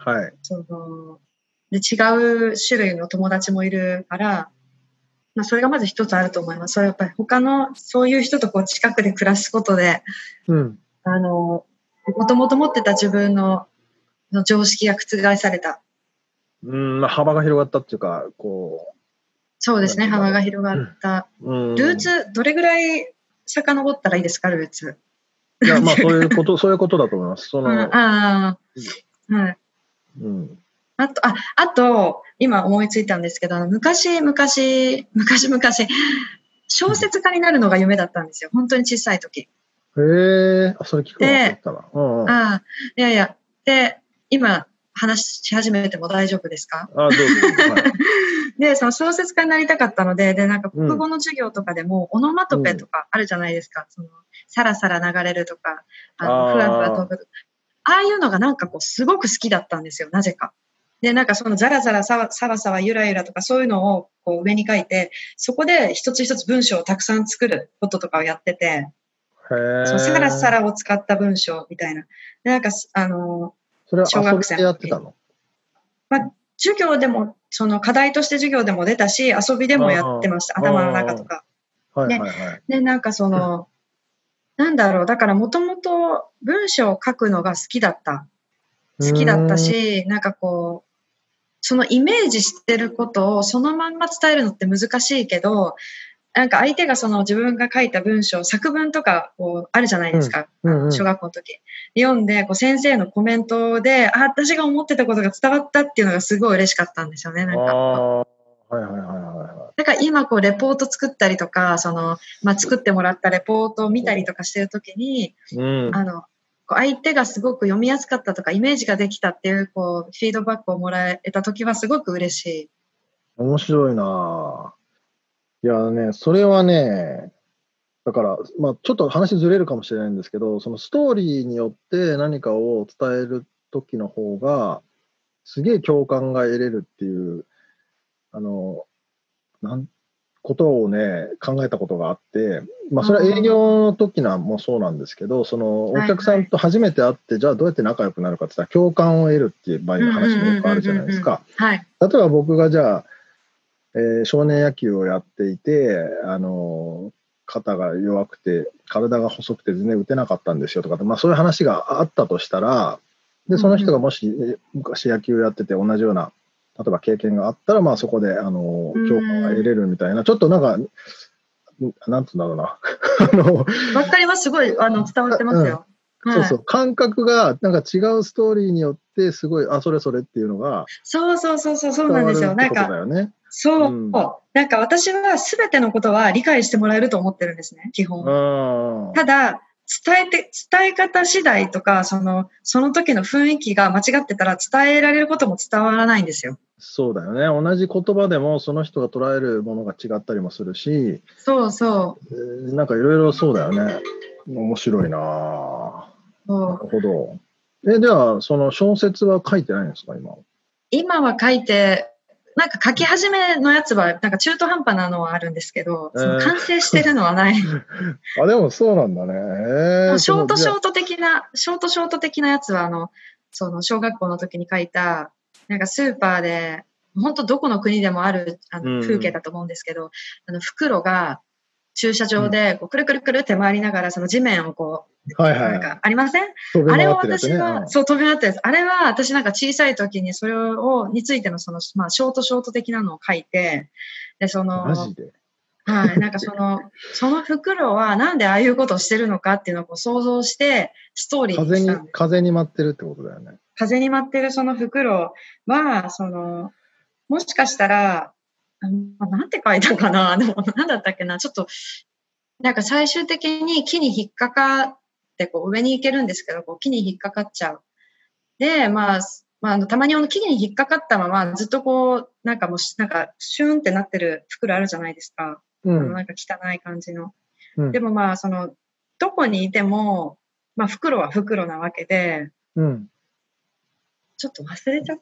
C: はい。
D: そので違う種類の友達もいるから、まあ、それがまず一つあると思います。それやっぱり他のそういう人とこう近くで暮らすことで、
C: うん、
D: あのもともと持ってた自分のの常識が覆された。
C: うん、まあ、幅が広がったっていうか、こう。
D: そうですね、幅が広がった。うん、ルーツ、どれぐらい遡ったらいいですか、ルーツ。
C: いや、まあ、そういうこと、そういうことだと思います。その、うん、
D: ああ、はい。うん。あと、あ、あと、今思いついたんですけど、昔、昔、昔、昔、小説家になるのが夢だったんですよ。本当に小さい時。
C: へえ、それ聞くの忘れてたな。うんうん、
D: ああ、いやいや。で、今、話し始めても大丈夫ですか？
C: あ、どうぞ。はい、
D: で、その小説家になりたかったので、で、なんか国語の授業とかでも、うん、オノマトペとかあるじゃないですか。その、さらさら流れるとか、あの、ふわふわ飛ぶとか。ああいうのがなんかこう、すごく好きだったんですよ、なぜか。で、なんかそのザラザラ、さわさわさわ、ゆらゆらとかそういうのをこう上に書いて、そこで一つ一つ文章をたくさん作ることとかをやってて、そのサラサラを使った文章みたいな。で、なんか、あの、
C: それは小学生でやってたの？
D: まあ、授業でも、その課題として授業でも出たし、遊びでもやってました。頭の中とか。
C: はいはいはい。
D: で、でなんかその、なんだろう、だからもともと文章を書くのが好きだった。好きだったし、なんかこう、そのイメージしてることをそのまんま伝えるのって難しいけど、なんか相手がその自分が書いた文章、作文とかこうあるじゃないですか。うんうんうん、小学校の時。読んで、こう先生のコメントで、あ、私が思ってたことが伝わったっていうのがすごい嬉しかったんですよね、なんか。
C: はいはいはいはい。
D: だから今こうレポート作ったりとか、その、まあ、作ってもらったレポートを見たりとかしてる時に、うん、あの、相手がすごく読みやすかったとか、イメージができたっていう、こう、フィードバックをもらえた時はすごく嬉しい。
C: 面白いなぁ。いやね、それはね、だから、まあ、ちょっと話ずれるかもしれないんですけど、そのストーリーによって何かを伝える時の方が、すげえ共感が得れるっていう、あの、なんことをね、考えたことがあって、まあ、それは営業の時なんもそうなんですけど、そのお客さんと初めて会って、じゃあどうやって仲良くなるかって言ったら、共感を得るっていう場合の話もよくあるじゃないですか。例えば僕がじゃあ、えー、少年野球をやっていて、あの肩が弱くて体が細くて全然打てなかったんですよとか、まあ、そういう話があったとしたら、でその人がもし昔野球やってて同じような例えば経験があったら、まあ、そこであの共感が得れるみたいな、ちょっとなんかなんつうんだろうな
D: わかります、すごいあの伝わってますよ。
C: うん、そうそう、感覚がなんか違うストーリーによってすごい、あ、それそれっていうのが
D: そうそうそうそうそうなんですよ。なんかそう、うん、なんか私は全てのことは理解してもらえると思ってるんですね、基本。ただ伝えて伝え方次第とかそのその時の雰囲気が間違ってたら伝えられることも伝わらないんですよ。
C: そうだよね。同じ言葉でもその人が捉えるものが違ったりもするし、
D: そうそう。
C: えー、なんかいろいろそうだよね。面白いなぁ。なるほど。え、では、その小説は書いてないんですか、今。
D: 今は書いて、なんか書き始めのやつは、なんか中途半端なのはあるんですけど、その完成してるのはない。えー、
C: あ、でもそうなんだね。
D: えー、ショートショート的な、ショートショート的なやつは、あの、その小学校の時に書いた、なんかスーパーで、本当どこの国でもあるあの風景だと思うんですけど、うん、あの袋が駐車場でこうくるくるくるって回りながら、その地面をこう、はいはい、なんかありません？あれを私は、そう、飛び回ってるやつ。あれは私なんか小さい時にそれを、についてのその、まあ、ショートショート的なのを書いて、で、その、
C: マジで
D: はい、なんかその、その袋はなんでああいうことをしてるのかっていうのをこう想像して、ストーリーにしたんです。
C: 風に、風に舞ってるってことだよね。
D: 風に舞ってるその袋は、その、もしかしたら、なんて書いたかな、でもなんだったっけな、ちょっと、なんか最終的に木に引っかかってこう上に行けるんですけど、こう木に引っかかっちゃう。で、まあ、まあ、たまに木に引っかかったままずっとこう、なんかもう、なんかシューンってなってる袋あるじゃないですか。うん、あのなんか汚い感じの。うん、でもまあ、その、どこにいても、まあ袋は袋なわけで、うん、ちょっと忘れちゃった。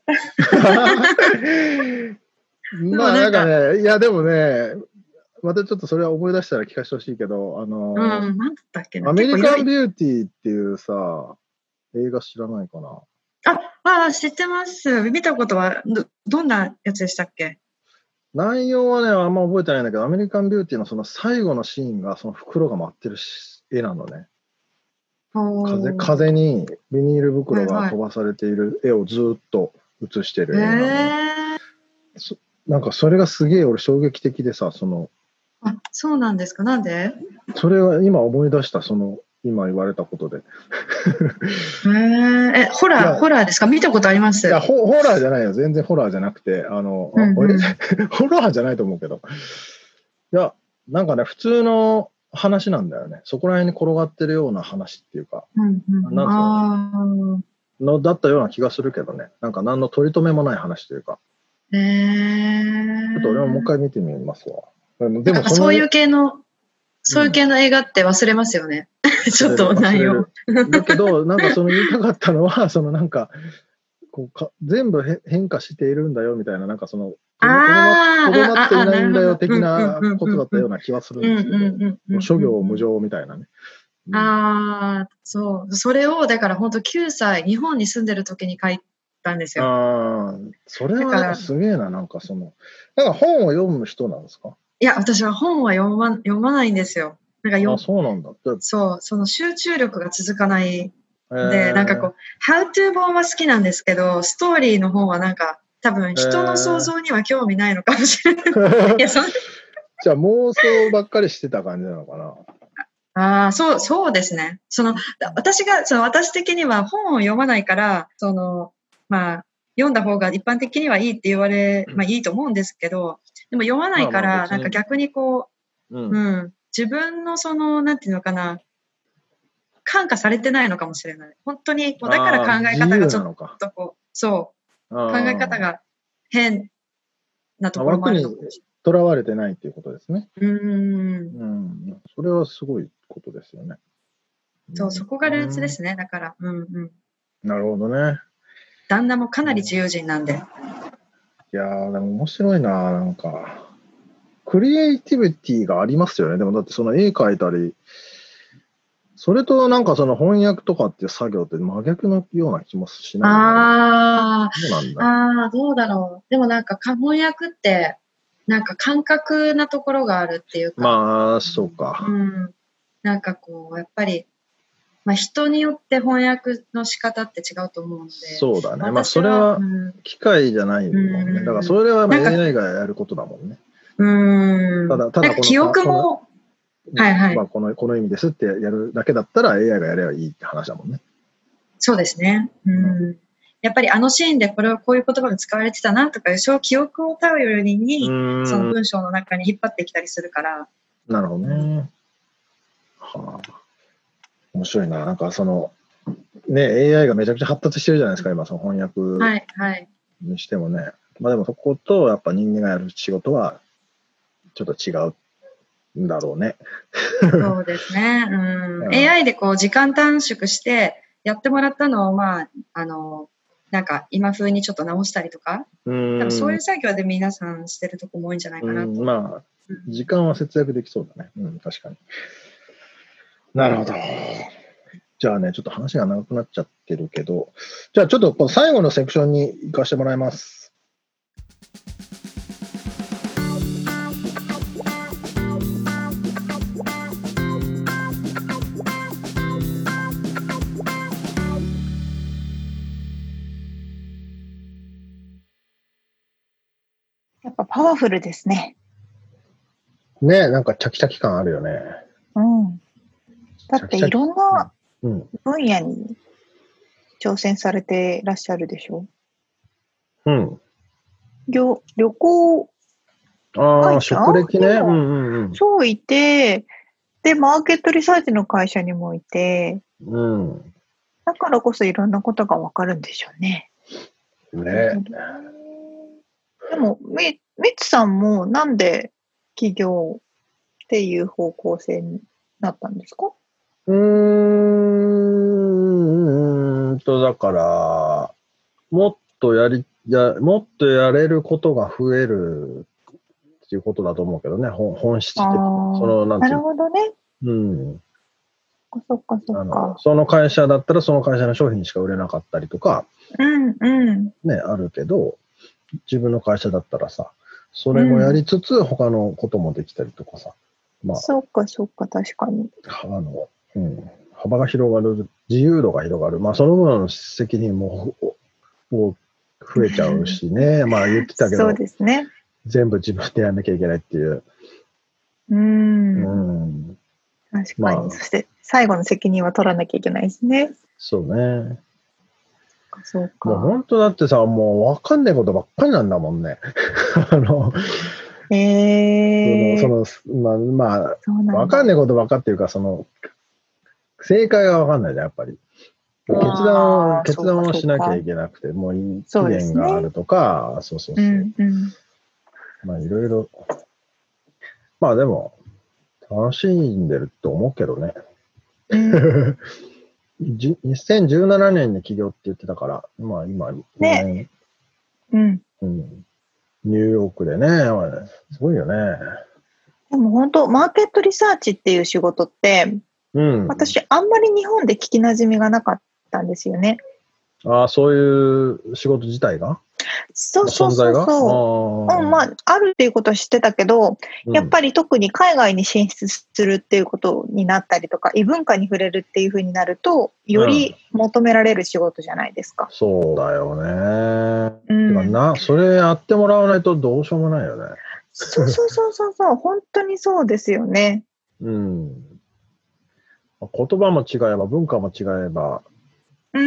C: まあなんかね、いやでもね、またちょっとそれは思い出したら聞かせてほしいけど、あのー、
D: うん、なんだっけな。
C: アメリカンビューティーっていうさ、映画知らないかな。
D: あ、 ああ、知ってます。見たことはど、どんなやつでしたっけ？
C: 内容はね、あんま覚えてないんだけど、アメリカンビューティーのその最後のシーンが、その袋が舞ってる絵なのね。風, 風にビニール袋が飛ばされている絵をずっと写してる絵なのね。
D: はいはい、
C: なんかそれがすげえ俺衝撃的でさ、その。
D: あ、そうなんですか。なんで？
C: それは今思い出した、その、今言われたことで。
D: へえ、ホラー、ホラーですか？見たことあります。
C: いや、ホ、ホラーじゃないよ。全然ホラーじゃなくて、あの、うんうん、ホラーじゃないと思うけど。いや、なんかね、普通の話なんだよね。そこら辺に転がってるような話っていうか、
D: うんうん、
C: なんつうの、のだったような気がするけどね。なんか何の取り留めもない話というか。
D: へー。
C: ちょっと俺ももう一回見てみますわ。
D: でもそそういう系の、そういう系の映画って忘れますよね。うん、ちょっと内容。
C: だけど、なんかその言いたかったのは、そのなんか、こうか全部へ変化しているんだよみたいな、なんかその、とどまっていないんだよ的なことだったような気はするんですけど、諸行無常みたいなね。
D: うん、ああ、そう。それを、だから本当きゅうさい、日本に住んでる時に書いたんですよ。
C: ああ、それはすげえな、なんかその、なんか本を読む人なんですか？
D: いや、私は本は読ま、読まないんですよ。なんかよ、
C: あ、そうなんだ。
D: そう、その集中力が続かないで、なんかこう、How to 本は好きなんですけど、ストーリーの本はなんか、多分人の想像には興味ないのかもしれない。いや、そん
C: じゃあ妄想ばっかりしてた感じなのかな。
D: ああ、そう、そうですね。その、私が、その私的には本を読まないから、その、まあ、読んだ方が一般的にはいいって言われ、まあいいと思うんですけど、でも読まないから、なんか逆にこう、うん、うん、自分のその、なんていうのかな、感化されてないのかもしれない。本当に、だから考え方がちょっとこう、そう、考え方が変なところもあるのかもしれない。
C: とらわれてないっていうことですね。
D: うん。うん 。
C: それはすごいことですよね。
D: そう、そこがルーツですね。だから。うんうん。
C: なるほどね。
D: 旦那もかなり自由人なんで。
C: いやー、でも面白いな、なんか。クリエイティビティがありますよね。でもだってその絵描いたり、それとなんかその翻訳とかっていう作業って真逆のような気もしない、ね。
D: ああ、そうなんだ。ああ、どうだろう。でもなんか翻訳って、なんか感覚なところがあるっていうか。
C: まあ、そうか。
D: うん。なんかこう、やっぱり、まあ人によって翻訳の仕方って違うと思うんで。
C: そうだね。まあそれは機械じゃないもんね。だからそれはまあ エーアイ がやることだもんね。
D: うん。
C: ただ、ただこの
D: 記憶も、はいはい。
C: まあこの、この意味ですってやるだけだったら エーアイ がやればいいって話だもんね。
D: そうですね。うん。やっぱりあのシーンでこれをこういう言葉が使われてたなとかいう、そう記憶を頼りに、その文章の中に引っ張ってきたりするから。
C: なるほどね。はあ。面白いな。なんかその、ね、エーアイ がめちゃくちゃ発達してるじゃないですか、今、その翻訳にしてもね。はいはい、まあでもそことやっぱ人間がやる仕事はちょっと違うんだろうね。
D: そうですね。うん、エーアイ でこう時間短縮してやってもらったのを、まあ、あの、なんか今風にちょっと直したりとか、うん多分そういう作業で皆さんしてるとこも多いんじゃないかなと。
C: まあ、時間は節約できそうだね。うん、確かに。なるほど。じゃあね、ちょっと話が長くなっちゃってるけど、じゃあちょっとこの最後のセクションに行かせてもらいます。
B: やっぱパワフルですね。
C: ね、なんかチャキチャキ感あるよね。
B: うん。だっていろんな分野に挑戦されていらっしゃるでしょ。
C: うん。
B: 旅、旅行。
C: ああ、職歴ね。うんうんうん。
B: そういて、で、マーケットリサーチの会社にもいて、
C: うん。
B: だからこそいろんなことがわかるんでしょうね。
C: ね。
B: でも、み、みつさんもなんで起業っていう方向性になったんですか？
C: うーんと、だから、もっとやり、や、もっとやれることが増えるっていうことだと思うけどね、本、本質的に。その、なんていう。
B: なるほどね。
C: うん。
B: そっかそっか。
C: その会社だったらその会社の商品しか売れなかったりとか、
B: うんうん。
C: ね、あるけど、自分の会社だったらさ、それもやりつつ、うん、他のこともできたりとかさ。
B: まあ、そうか、そうか、確かに。
C: あの、うん、幅が広がる、自由度が広がる。まあ、その分の責任ももう増えちゃうしね。まあ、言ってたけど、
B: そうですね。
C: 全部自分でやんなきゃいけないっていう。
B: うん。うん確かに、まあ。そして、最後の責任は取らなきゃいけないしね。
C: そうね。
B: そうか。
C: もう本当だってさ、もう分かんないことばっかりなんだもんね。あの、
B: えー、
C: その、その、まあ、まあ、分かんないことばっかっていうか、その、正解が分かんないじゃん、やっぱり。決断を、決断をしなきゃいけなくて、もう期限があるとか、そうそうそう。うんうん、まあ、いろいろ。まあ、でも、楽しんでると思うけどね。うん、にせんじゅうななねんに起業って言ってたから、まあ今、
B: ね、うん、
C: うん。ニューヨークでね、すごいよね。
B: でも本当、マーケットリサーチっていう仕事って、うん、私、あんまり日本で聞きなじみがなかったんですよね。
C: ああ、そういう仕事自体が
B: そうそうそうそう。うん、まあ、あるっていうことは知ってたけど、うん、やっぱり特に海外に進出するっていうことになったりとか、異文化に触れるっていうふうになると、より求められる仕事じゃないですか。
C: うん、そうだよね。うん、てかな、それやってもらわないとどうしようもないよね。
B: そうそうそうそうそう、本当にそうですよね。
C: うん。言葉も違えば、文化も違えば、
B: うん。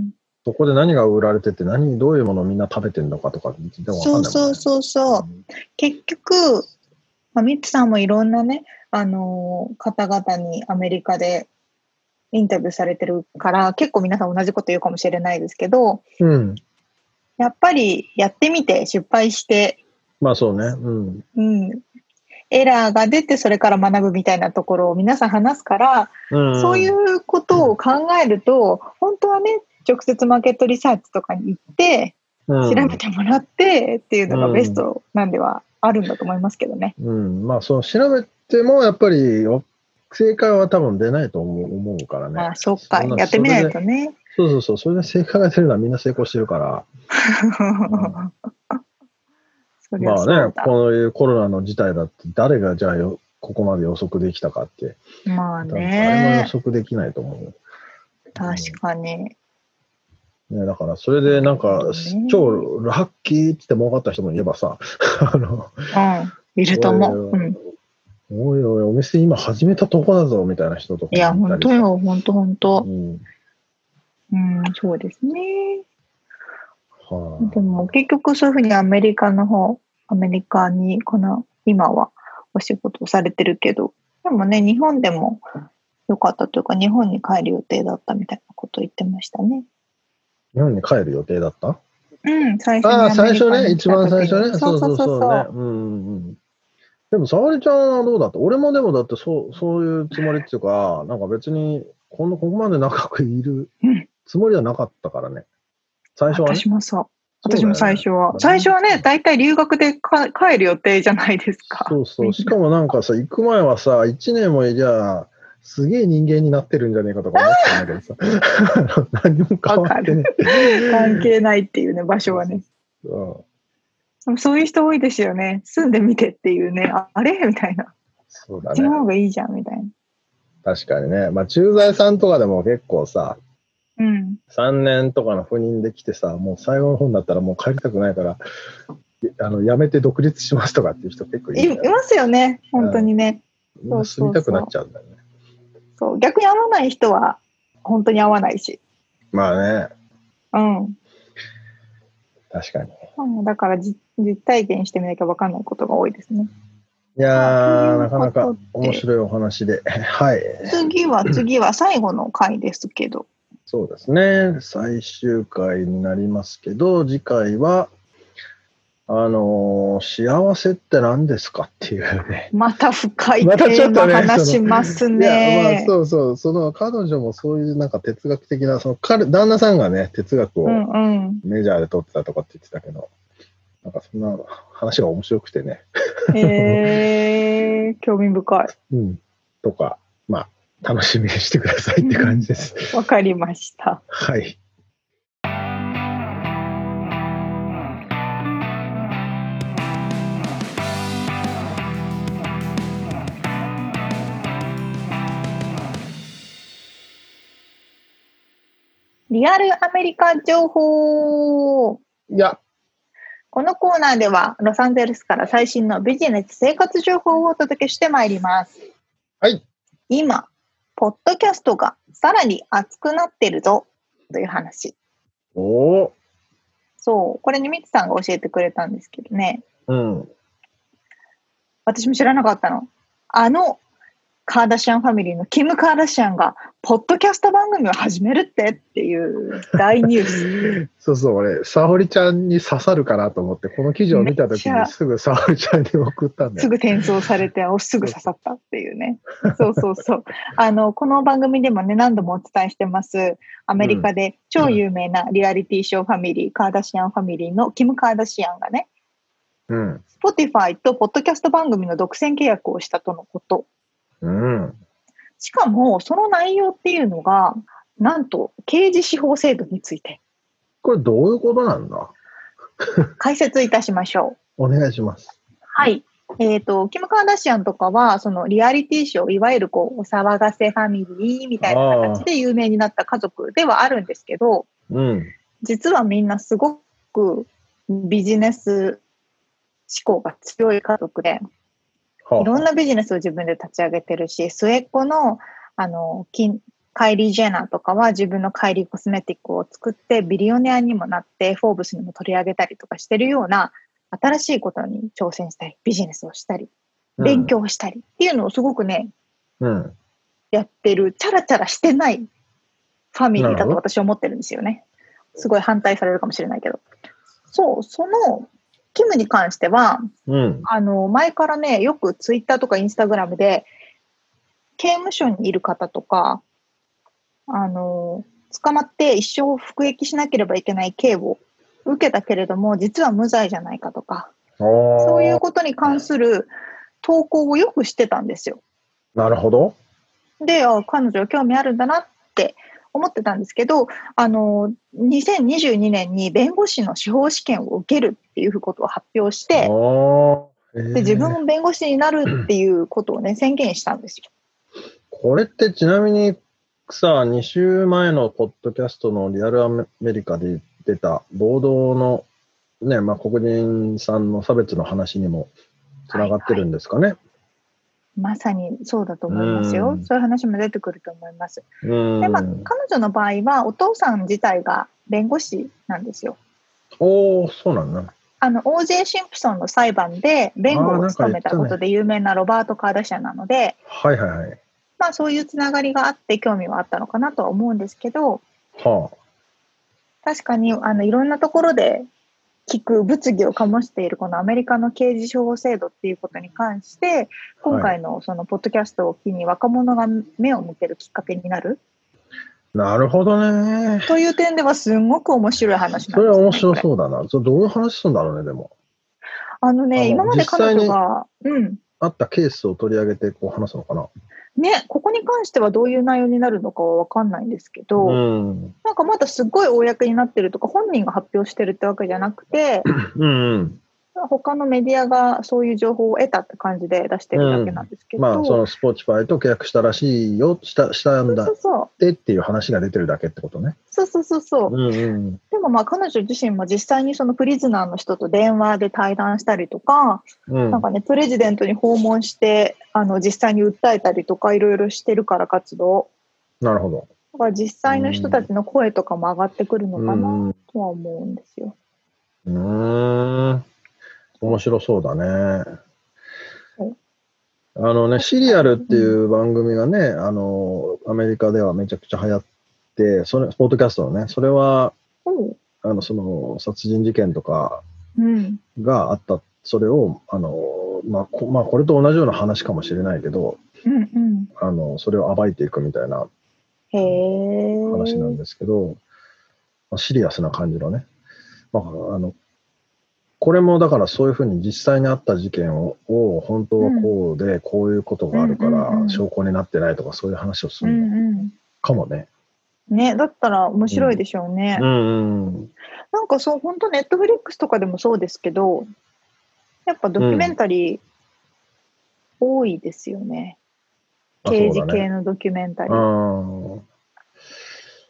C: そこで何が売られてて、何、どういうものをみんな食べてるのかとか、全然わかんないもんね。
B: そうそうそうそう。うん、結局、まあ、ミッツさんもいろんなね、あのー、方々にアメリカでインタビューされてるから、結構皆さん同じこと言うかもしれないですけど、うん、やっぱりやってみて失敗して、
C: まあそうね。うん。
B: うん。エラーが出てそれから学ぶみたいなところを皆さん話すから、うん、そういうことを考えると、本当はね、直接マーケットリサーチとかに行って、調べてもらってっていうのがベストなんではあるんだと思いますけどね。
C: うん、うん、まあその調べてもやっぱり正解は多分出ないと思う、思うからね。
B: まあそっか、やってみないとね。
C: そうそうそう、それで正解が出るのはみんな成功してるから。うんまあね、こういうコロナの事態だって誰がじゃあよここまで予測できたかって。
B: まあね。
C: 誰も予測できないと思う。
B: 確かに。
C: うん、ね、だからそれでなんか、ね、超ラッキーって儲かった人もいればさ、あの、
B: うん、いると思う。うん、
C: おいおい、お店今始めたとこだぞみたいな人とか。
B: いや、本当よ、本当本当。うん、うん、そうですね。はあ、でも結局そういうふうにアメリカの方、アメリカにこの今はお仕事をされてるけど、でもね、日本でも良かったというか、日本に帰る予定だったみたいなことを言ってましたね。
C: 日本に帰る予定だった？
B: うん、最初
C: に。ああ、最初ね、一番最初ね。そうそうそうそう、ね。うんうん。でも、沙織ちゃんはどうだった？俺もでもだってそう、そういうつもりっていうか、なんか別に、この、ここまで長くいるつもりはなかったからね。最初はね。
B: 私もそう。私も最初は。最初はね、大体留学でか帰る予定じゃないですか。
C: そうそう。しかもなんかさ、行く前はさ、いちねんもいりゃ、すげえ人間になってるんじゃねえかとか思ってたんだけどさ。何も変わってね。
B: 関係ないっていうね、場所はね。うん、そういう人多いですよね。住んでみてっていうね、あ, あれみたいな。
C: そうだね。
B: その方がいいじゃんみたいな。
C: 確かにね。まあ、駐在さんとかでも結構さ、
B: うん、
C: さんねんとかの赴任で来てさ、もう最後の方になったらもう帰りたくないから、あの、辞めて独立しますとかっていう人結構いる、
B: ね、いますよね、本当にね。
C: みんな住みたくなっちゃうんだよね。
B: そう、逆に合わない人は本当に合わないし。
C: まあね。
B: うん。
C: 確かに。
B: だから実体験してみなきゃ分かんないことが多いですね。
C: いやー、なかなか面白いお話で。はい。
B: 次は、次は最後の回ですけど。
C: そうですね。最終回になりますけど、次回は、あのー、幸せって何ですかっていうね。
B: また深いテーマ話しますね。
C: いや、まあ、そうそう。その彼女もそういうなんか哲学的な、その彼、旦那さんがね、哲学をメジャーで取ってたとかって言ってたけど、うんうん、なんかそんな話が面白くてね。
B: へー、興味深い。
C: うん。とか、まあ、楽しみにしてくださいって感じです。
B: わかりました。
C: はい。
B: リアルアメリカ情報。
C: いや。
B: このコーナーでは、ロサンゼルスから最新のビジネス生活情報をお届けしてまいります。
C: はい。
B: 今、ポッドキャストがさらに熱くなってるぞ、という話。
C: おー。
B: そう、これにみつさんが教えてくれたんですけどね。
C: うん。
B: 私も知らなかったの。あの、カーダシアンファミリーのキム・カーダシアンが、ポッドキャスト番組を始めるってっていう大ニュース。
C: そうそう、俺、沙織ちゃんに刺さるかなと思って、この記事を見たときにすぐ沙織ちゃんに送ったんだよ。
B: すぐ転送されて、おすぐ刺さったっていうね。そうそうそう。あの、この番組でもね、何度もお伝えしてます。アメリカで超有名なリアリティショーファミリー、うん、カーダシアンファミリーのキム・カーダシアンがね、
C: うん、
B: Spotify とポッドキャスト番組の独占契約をしたとのこと。
C: うん、
B: しかも、その内容っていうのが、なんと、刑事司法制度について。
C: これどういうことなんだ？
B: 解説いたしましょ
C: う。お願いします。
B: はい。えっと、キム・カーダシアンとかは、そのリアリティショー、いわゆるこう、お騒がせファミリーみたいな形で有名になった家族ではあるんですけど、
C: うん、
B: 実はみんなすごくビジネス思考が強い家族で、いろんなビジネスを自分で立ち上げてるし、末っ子の、あの、カイリー・ジェナーとかは自分のカイリーコスメティックを作ってビリオネアにもなって、フォーブスにも取り上げたりとかしてるような、新しいことに挑戦したり、ビジネスをしたり、勉強をしたりっていうのをすごくね、
C: うん、
B: やってる、チャラチャラしてないファミリーだと私は思ってるんですよね。すごい反対されるかもしれないけど。そう、その、キムに関しては、
C: うん、
B: あの、前からね、よくツイッターとかインスタグラムで、刑務所にいる方とか、あの、捕まって一生服役しなければいけない刑を受けたけれども、実は無罪じゃないかとか、そういうことに関する投稿をよくしてたんですよ。
C: なるほど。
B: で、あ、彼女興味あるんだなって思ってたんですけど、あの、にせんにじゅうにねんに弁護士の司法試験を受けるっていうことを発表して、で自分も弁護士になるっていうことをね、宣言したんですよ。
C: これってちなみにさ、に週前のポッドキャストのリアルアメリカで出た暴動のね、まあ、黒人さんの差別の話にもつながってるんですかね。はいはい、
B: まさにそうだと思いますよ。そういう話も出てくると思います。で、まあ、彼女の場合はお父さん自体が弁護士なんですよ。
C: おー、そうなんだ。
B: あの、オージェー シンプソンの裁判で弁護を務めたことで有名なロバート・カーダシアンなので、
C: はいはいはい。
B: まあそういうつながりがあって興味はあったのかなとは思うんですけど、
C: はあ、
B: 確かにあのいろんなところで聞く物議を醸しているこのアメリカの刑事司法制度っていうことに関して、今回のそのポッドキャストを機に若者が目を向けるきっかけになる。
C: なるほどね。
B: という点ではすごく面白い話なんですね。
C: それは面白そうだな。それどういう話するんだろうね、でも。
B: あのね、今まで彼女が、うん。
C: あったケースを取り上げてこう話すのかな。
B: ね、ここに関してはどういう内容になるのかは分かんないんですけど、
C: うん、
B: なんかまだすごい公になってるとか、本人が発表してるってわけじゃなくて、
C: うんうん、
B: 他のメディアがそういう情報を得たって感じで出してるだけなんですけど、
C: うん、まあそのスポーティファイと契約したらしいよ、したしたんだってっていう話が出てるだけってことね。
B: そうそうそうそう。
C: うんうん、
B: でもまあ彼女自身も実際にそのプリズナーの人と電話で対談したりとか、うん、なんかねプレジデントに訪問してあの実際に訴えたりとかいろいろしてるから活動。
C: なるほど。
B: だから実際の人たちの声とかも上がってくるのかなとは思うんですよ。
C: うーん。面白そうだね。あのね、シリアルっていう番組がね、あの、アメリカではめちゃくちゃ流行って、それ、ポッドキャストのね、それは、あの、その、殺人事件とかがあった、うん、それを、あの、まあこ、まあ、これと同じような話かもしれないけど、
B: うんうん、
C: あの、それを暴いていくみたいな話なんですけど、まあ、シリアスな感じのね、まあ、あの、これもだからそういうふうに実際にあった事件を、を本当はこうでこういうことがあるから証拠になってないとかそういう話をするのかもね。
B: ね、だったら面白いでしょうね。
C: うんうんうん、
B: なんかそう本当ネットフリックスとかでもそうですけど、やっぱドキュメンタリー多いですよね。うん、刑事系のドキュメンタリー。
C: うん、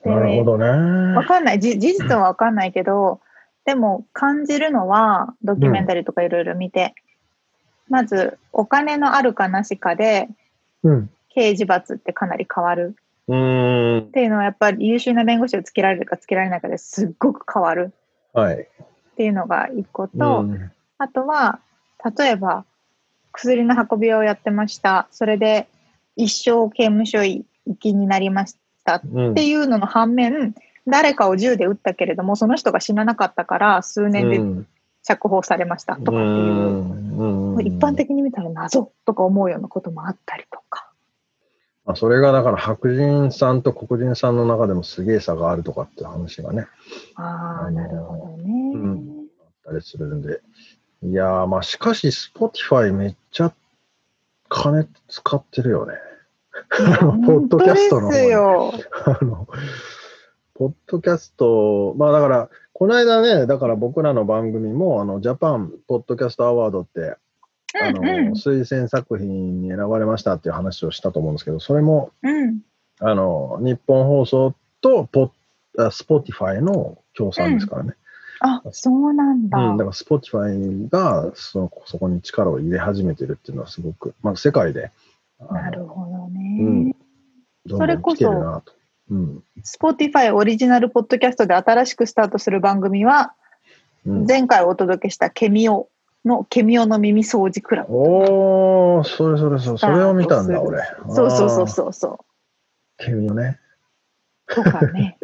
C: なるほどね。
B: わかんない。事実はわかんないけど、でも感じるのは、ドキュメンタリーとかいろいろ見て、うん、まず、お金のあるかなしかで、うん、刑事罰ってかなり変わる。
C: うーん
B: っていうのはやっぱり優秀な弁護士をつけられるかつけられないかですっごく変わる。
C: はい。
B: っていうのが一個と、うん、あとは、例えば、薬の運び屋をやってました。それで一生刑務所行きになりましたっていうのの反面、うん、誰かを銃で撃ったけれども、その人が死ななかったから数年で釈放されましたとかっていう、うんうん、一般的に見たら謎とか思うようなこともあったりとか。
C: それがだから白人さんと黒人さんの中でもすげえ差があるとかって話がね。
B: ああ、なるほどね。
C: うん。あったりするんで。いやー、まあしかし、Spotify めっちゃ金使ってるよね。ポッドキャストの方
B: ですよ。
C: あの、ポッドキャスト、まあだから、この間ね、だから僕らの番組も、あの、ジャパンポッドキャストアワードって、あの、うんうん、推薦作品に選ばれましたっていう話をしたと思うんですけど、それも、うん、あの、日本放送とポッ、Spotify の協賛ですからね。
B: うん、あ、そうなんだ。
C: うん、だから Spotify がそのそこに力を入れ始めてるっていうのはすごく、まあ世界で。
B: なるほどね。
C: うん。どんどん来てるなと。うん、
B: Spotify オリジナルポッドキャストで新しくスタートする番組は、うん、前回お届けしたケミオのケミオの耳掃除クラブ。
C: おー、それそれそれ、それを見たんだ、俺。
B: そうそうそうそうそう。
C: ケミオね。
B: とかね。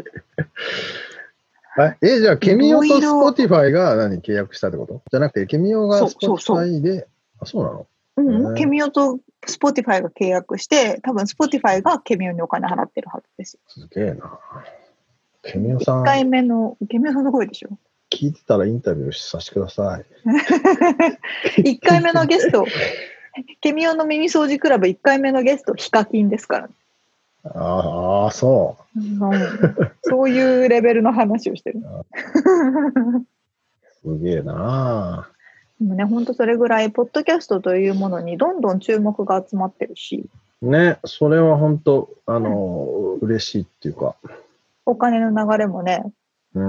C: え、じゃあ、ケミオと Spotify が何契約したってことじゃなくて、ケミオが Spotify で、あ、そうなの？
B: うん、ケミオと Spotify が契約して、多分 Spotify がケミオにお金払ってるはずです。
C: すげえな。ケミオさん。
B: いっかいめの、ケミオさんすごいでしょ？
C: 聞いてたらインタビューさせてくださ
B: い。いっかいめのゲスト、ケミオの耳掃除クラブいっかいめのゲスト、ヒカキンですから、ね。
C: ああ、そう、
B: うん。そういうレベルの話をしてる。
C: すげえな。
B: でもね、本当それぐらい、ポッドキャストというものにどんどん注目が集まってるし。
C: ね、それは本当、あの、うん、嬉しいっていうか。
B: お金の流れもね、
C: うん、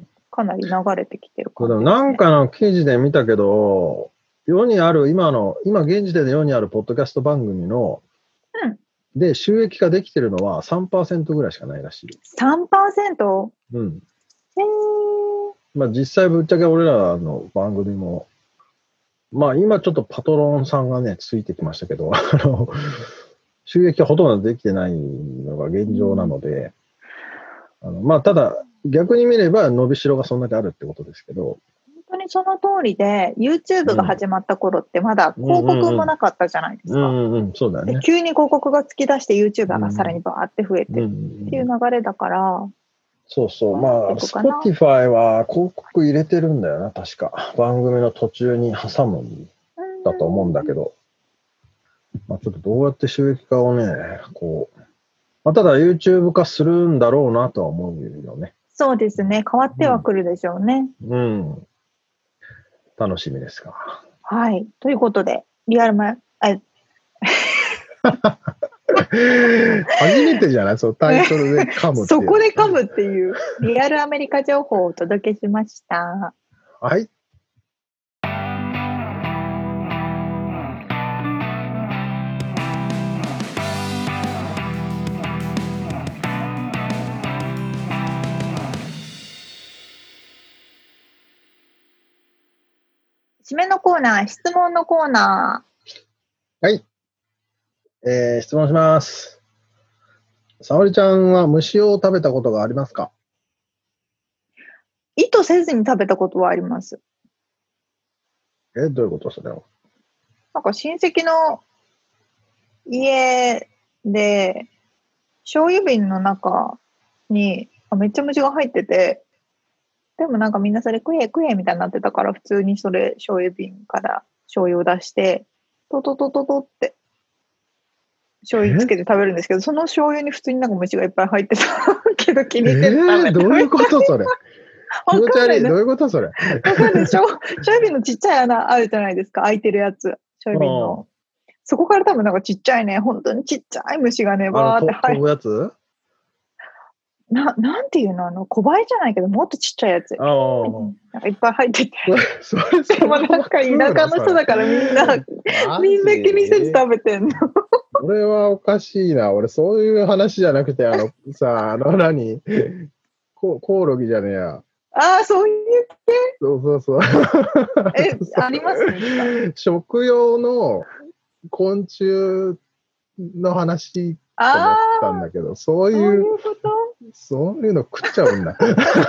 B: かなり流れてきてる
C: 感じですね。なんかの記事で見たけど、世にある、今の、今現時点で世にあるポッドキャスト番組の、うん、で、収益ができてるのは さんパーセント ぐらいしかないらしい。
B: さんパーセント？
C: うん。へー。まあ実際ぶっちゃけ俺らの番組も、まあ今ちょっとパトロンさんがね、ついてきましたけど、あの、収益がほとんどできてないのが現状なので、うん、あのまあただ逆に見れば伸びしろがそんだけあるってことですけど、
B: 本当にその通りで、YouTube が始まった頃ってまだ広告もなかったじゃないですか。
C: うんうんうん、そうだよね。
B: 急に広告が突き出して YouTuber がさらにバーって増えてるっていう流れだから。
C: そうそう。まあ、Spotify は広告入れてるんだよな、確か。番組の途中に挟むんだと思うんだけど。まあ、ちょっとどうやって収益化をね、こう。まあ、ただ YouTube 化するんだろうなとは思うよね。
B: そうですね。変わってはくるでしょうね。
C: うん。うん、楽しみですが。
B: はい。ということで、リアルマ、あ
C: 初めてじゃない？そうタイトルで噛むっていう。
B: そこで噛むっていうリアルアメリカ情報をお届けしました。
C: はい。
B: 締めのコーナー、質問のコーナ
C: ー。はい。えー、質問します。沙織ちゃんは虫を食べたことがありますか？
B: 意図せずに食べたことはあります。
C: え、どういうことそれは？
B: なんか親戚の家で、醤油瓶の中にあめっちゃ虫が入ってて、でもなんかみんなそれ食え食えみたいになってたから、普通にそれ醤油瓶から醤油を出して、トトトトトって醤油つけて食べるんですけど、その醤油に普通になんか虫がいっぱい入ってたけど気に入ってる、
C: えー、どういうことそれ？気持ち悪い。どういうことそれ？
B: わかんない。醤油瓶のちっちゃい穴あるじゃないですか。開いてるやつ。醤油瓶の。そこから多分なんかちっちゃいね、本当にちっちゃい虫がね、バーって入る。
C: 飛ぶやつ？
B: な、なんていうの、あの、小林じゃないけど、もっとちっちゃいやつ。
C: ああ。
B: なんかいっぱい入ってて。
C: それ、それ、
B: でもなんか田舎の人だからみんな、みんな気にせず食べてんの。
C: これはおかしいな。俺、そういう話じゃなくて、あの、さ、あの、何コ, コオロギじゃねえや。
B: ああ、そういう系
C: そうそうそう。
B: え、ありますね。
C: 食用の昆虫の話と思ったんだけど、そういう、
B: そういうこと
C: そういうの食っちゃうんだ。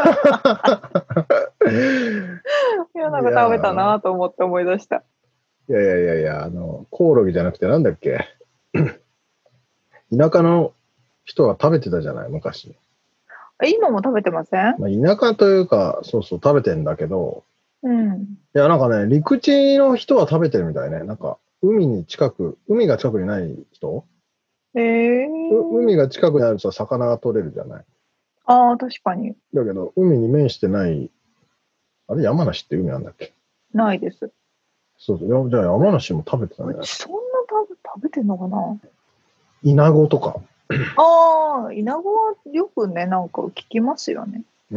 B: いや、なんか食べたなと思って思い出した。
C: いやいやいやいや、あの、コオロギじゃなくてなんだっけ田舎の人は食べてたじゃない、昔。
B: 今も食べてません？
C: まあ、田舎というか、そうそう、食べてんだけど、
B: うん。
C: いや、なんかね、陸地の人は食べてるみたいね。なんか、海に近く、海が近くにない人
B: えー、
C: 海が近くにあると魚が取れるじゃない。
B: ああ、確かに。
C: だけど、海に面してない、あれ、山梨って海なんだっけ？
B: ないです。
C: そうそう、じゃあ山梨も食べてたんじゃない？
B: そんな食べ、食べてんのかな？
C: イナゴとか。
B: ああ、イナゴはよくね、なんか聞きますよね。
C: うん。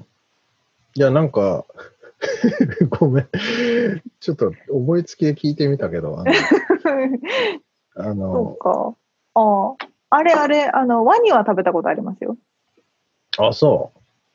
C: いや、なんか、ごめん。ちょっと思いつきで聞いてみたけど、あの、あの
B: そうか。ああ、あれあれ、あの、ワニは食べたことありますよ。
C: あ、そう。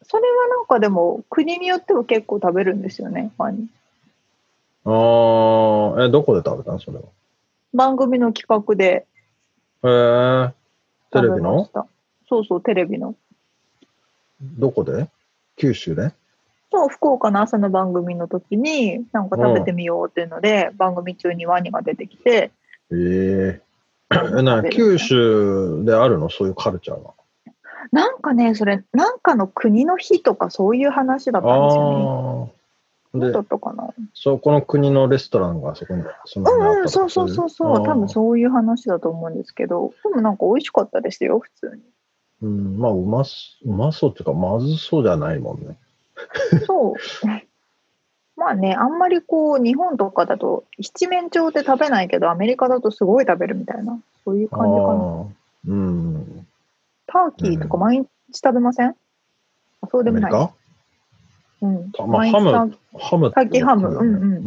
B: それはなんかでも、国によっては結構食べるんですよね、ワニ。
C: ああ、え、どこで食べたのそれは。
B: 番組の企画で。
C: へえ、テレビの？
B: そうそう、テレビの。
C: どこで？九州で？
B: そう、福岡の朝の番組の時に、なんか食べてみようっていうので、うん、番組中にワニが出てきて。
C: えー、えな九州であるのそういうカルチャーが。
B: なんかね、それ、なんかの国の日とかそういう話だったんですよね。どうだったかな。
C: そこの国のレストランがそこにその
B: うんうん、そうそうそうそう、多分そういう話だと思うんですけど、でもなんか美味しかったですよ、普通に。
C: うん、まあうま、うまそうっていうか、まずそうじゃないもんね。
B: そう。まあね、あんまりこう、日本とかだと、七面鳥って食べないけど、アメリカだとすごい食べるみたいな、そういう感じかな。
C: うん。
B: ターキーとか毎日食べません？うん、そうでもない。うん。
C: まあ、ハム、ハム。
B: ターキーハム、うんうん。
C: うん、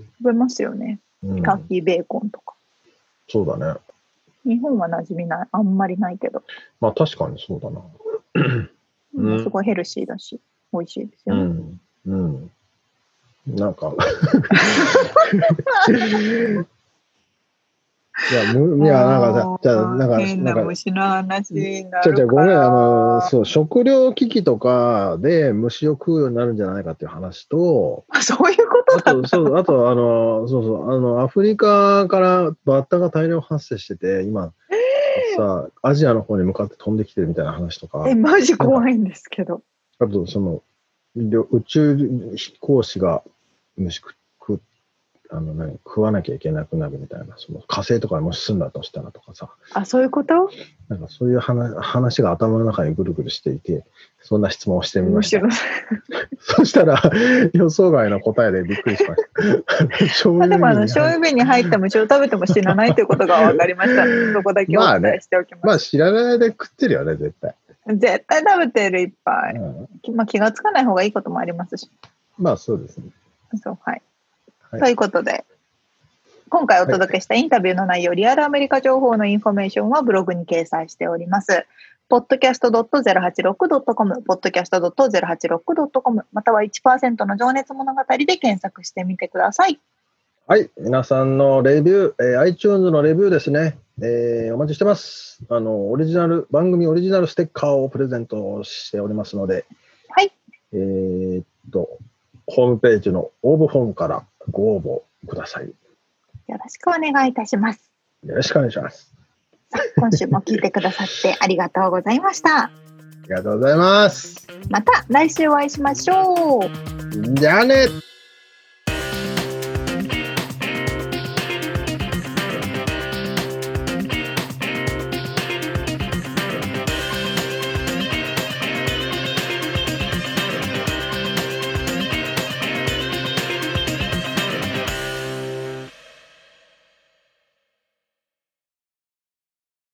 B: 食べますよね、うん。ターキーベーコンとか。
C: そうだね。
B: 日本は馴染みない、あんまりないけど。
C: まあ確かにそうだな。
B: うん、すごいヘルシーだし、美味しいですよね。
C: うん。うん。なんかいや、む、いや、なんかさ、じゃあ、なんか、
B: 変な虫の話になるから。
C: じゃあ、ごめん、あの、そう、食糧危機とかで虫を食うようになるんじゃないかっていう話と、
B: そういうことだった。
C: あと、そう、あと、あの、そうそう、あの、アフリカからバッタが大量発生してて、今、えー、さ、アジアの方に向かって飛んできてるみたいな話とか。
B: え、マジ怖いんですけど。
C: あと、その、宇宙飛行士が虫食う、あのね、食わなきゃいけなくなるみたいな、その火星とかにもし住んだとしたらとかさ。
B: あ、そういうこと？
C: なんかそういう話、話が頭の中にぐるぐるしていて、そんな質問をしてみました。そしたら予想外の答えでびっくりしました。
B: まあでもあの、醤油瓶に入った虫を食べても死なないということが分かりましたので、そこだけお伝えしておきます。
C: まあね、まあ知らないで食ってるよね、絶対。
B: 絶対食べてる、いっぱい。うん、まあ気がつかない方がいいこともありますし。
C: まあそうですね。
B: そう、はい。はい、ということで、今回お届けしたインタビューの内容、はい、リアルアメリカ情報のインフォメーションはブログに掲載しております。ポッドキャスト ドットゼロはちろくドットコム、ポッドキャスト ドットゼロはちろくドットコム、または いちパーセント の情熱物語で検索してみてください。
C: はい、皆さんのレビュー、えー、iTunes のレビューですね、えー、お待ちしてます。あの、オリジナル、番組オリジナルステッカーをプレゼントしておりますので、
B: はい。
C: えー、っと、ホームページの応募フォームからご応募ください。
B: よろしくお願いいたします。
C: よろしくお願いします。
B: 今週も聞いてくださってありがとうございました。
C: ありがとうございます。
B: また来週お会いしましょう。
C: じゃあね。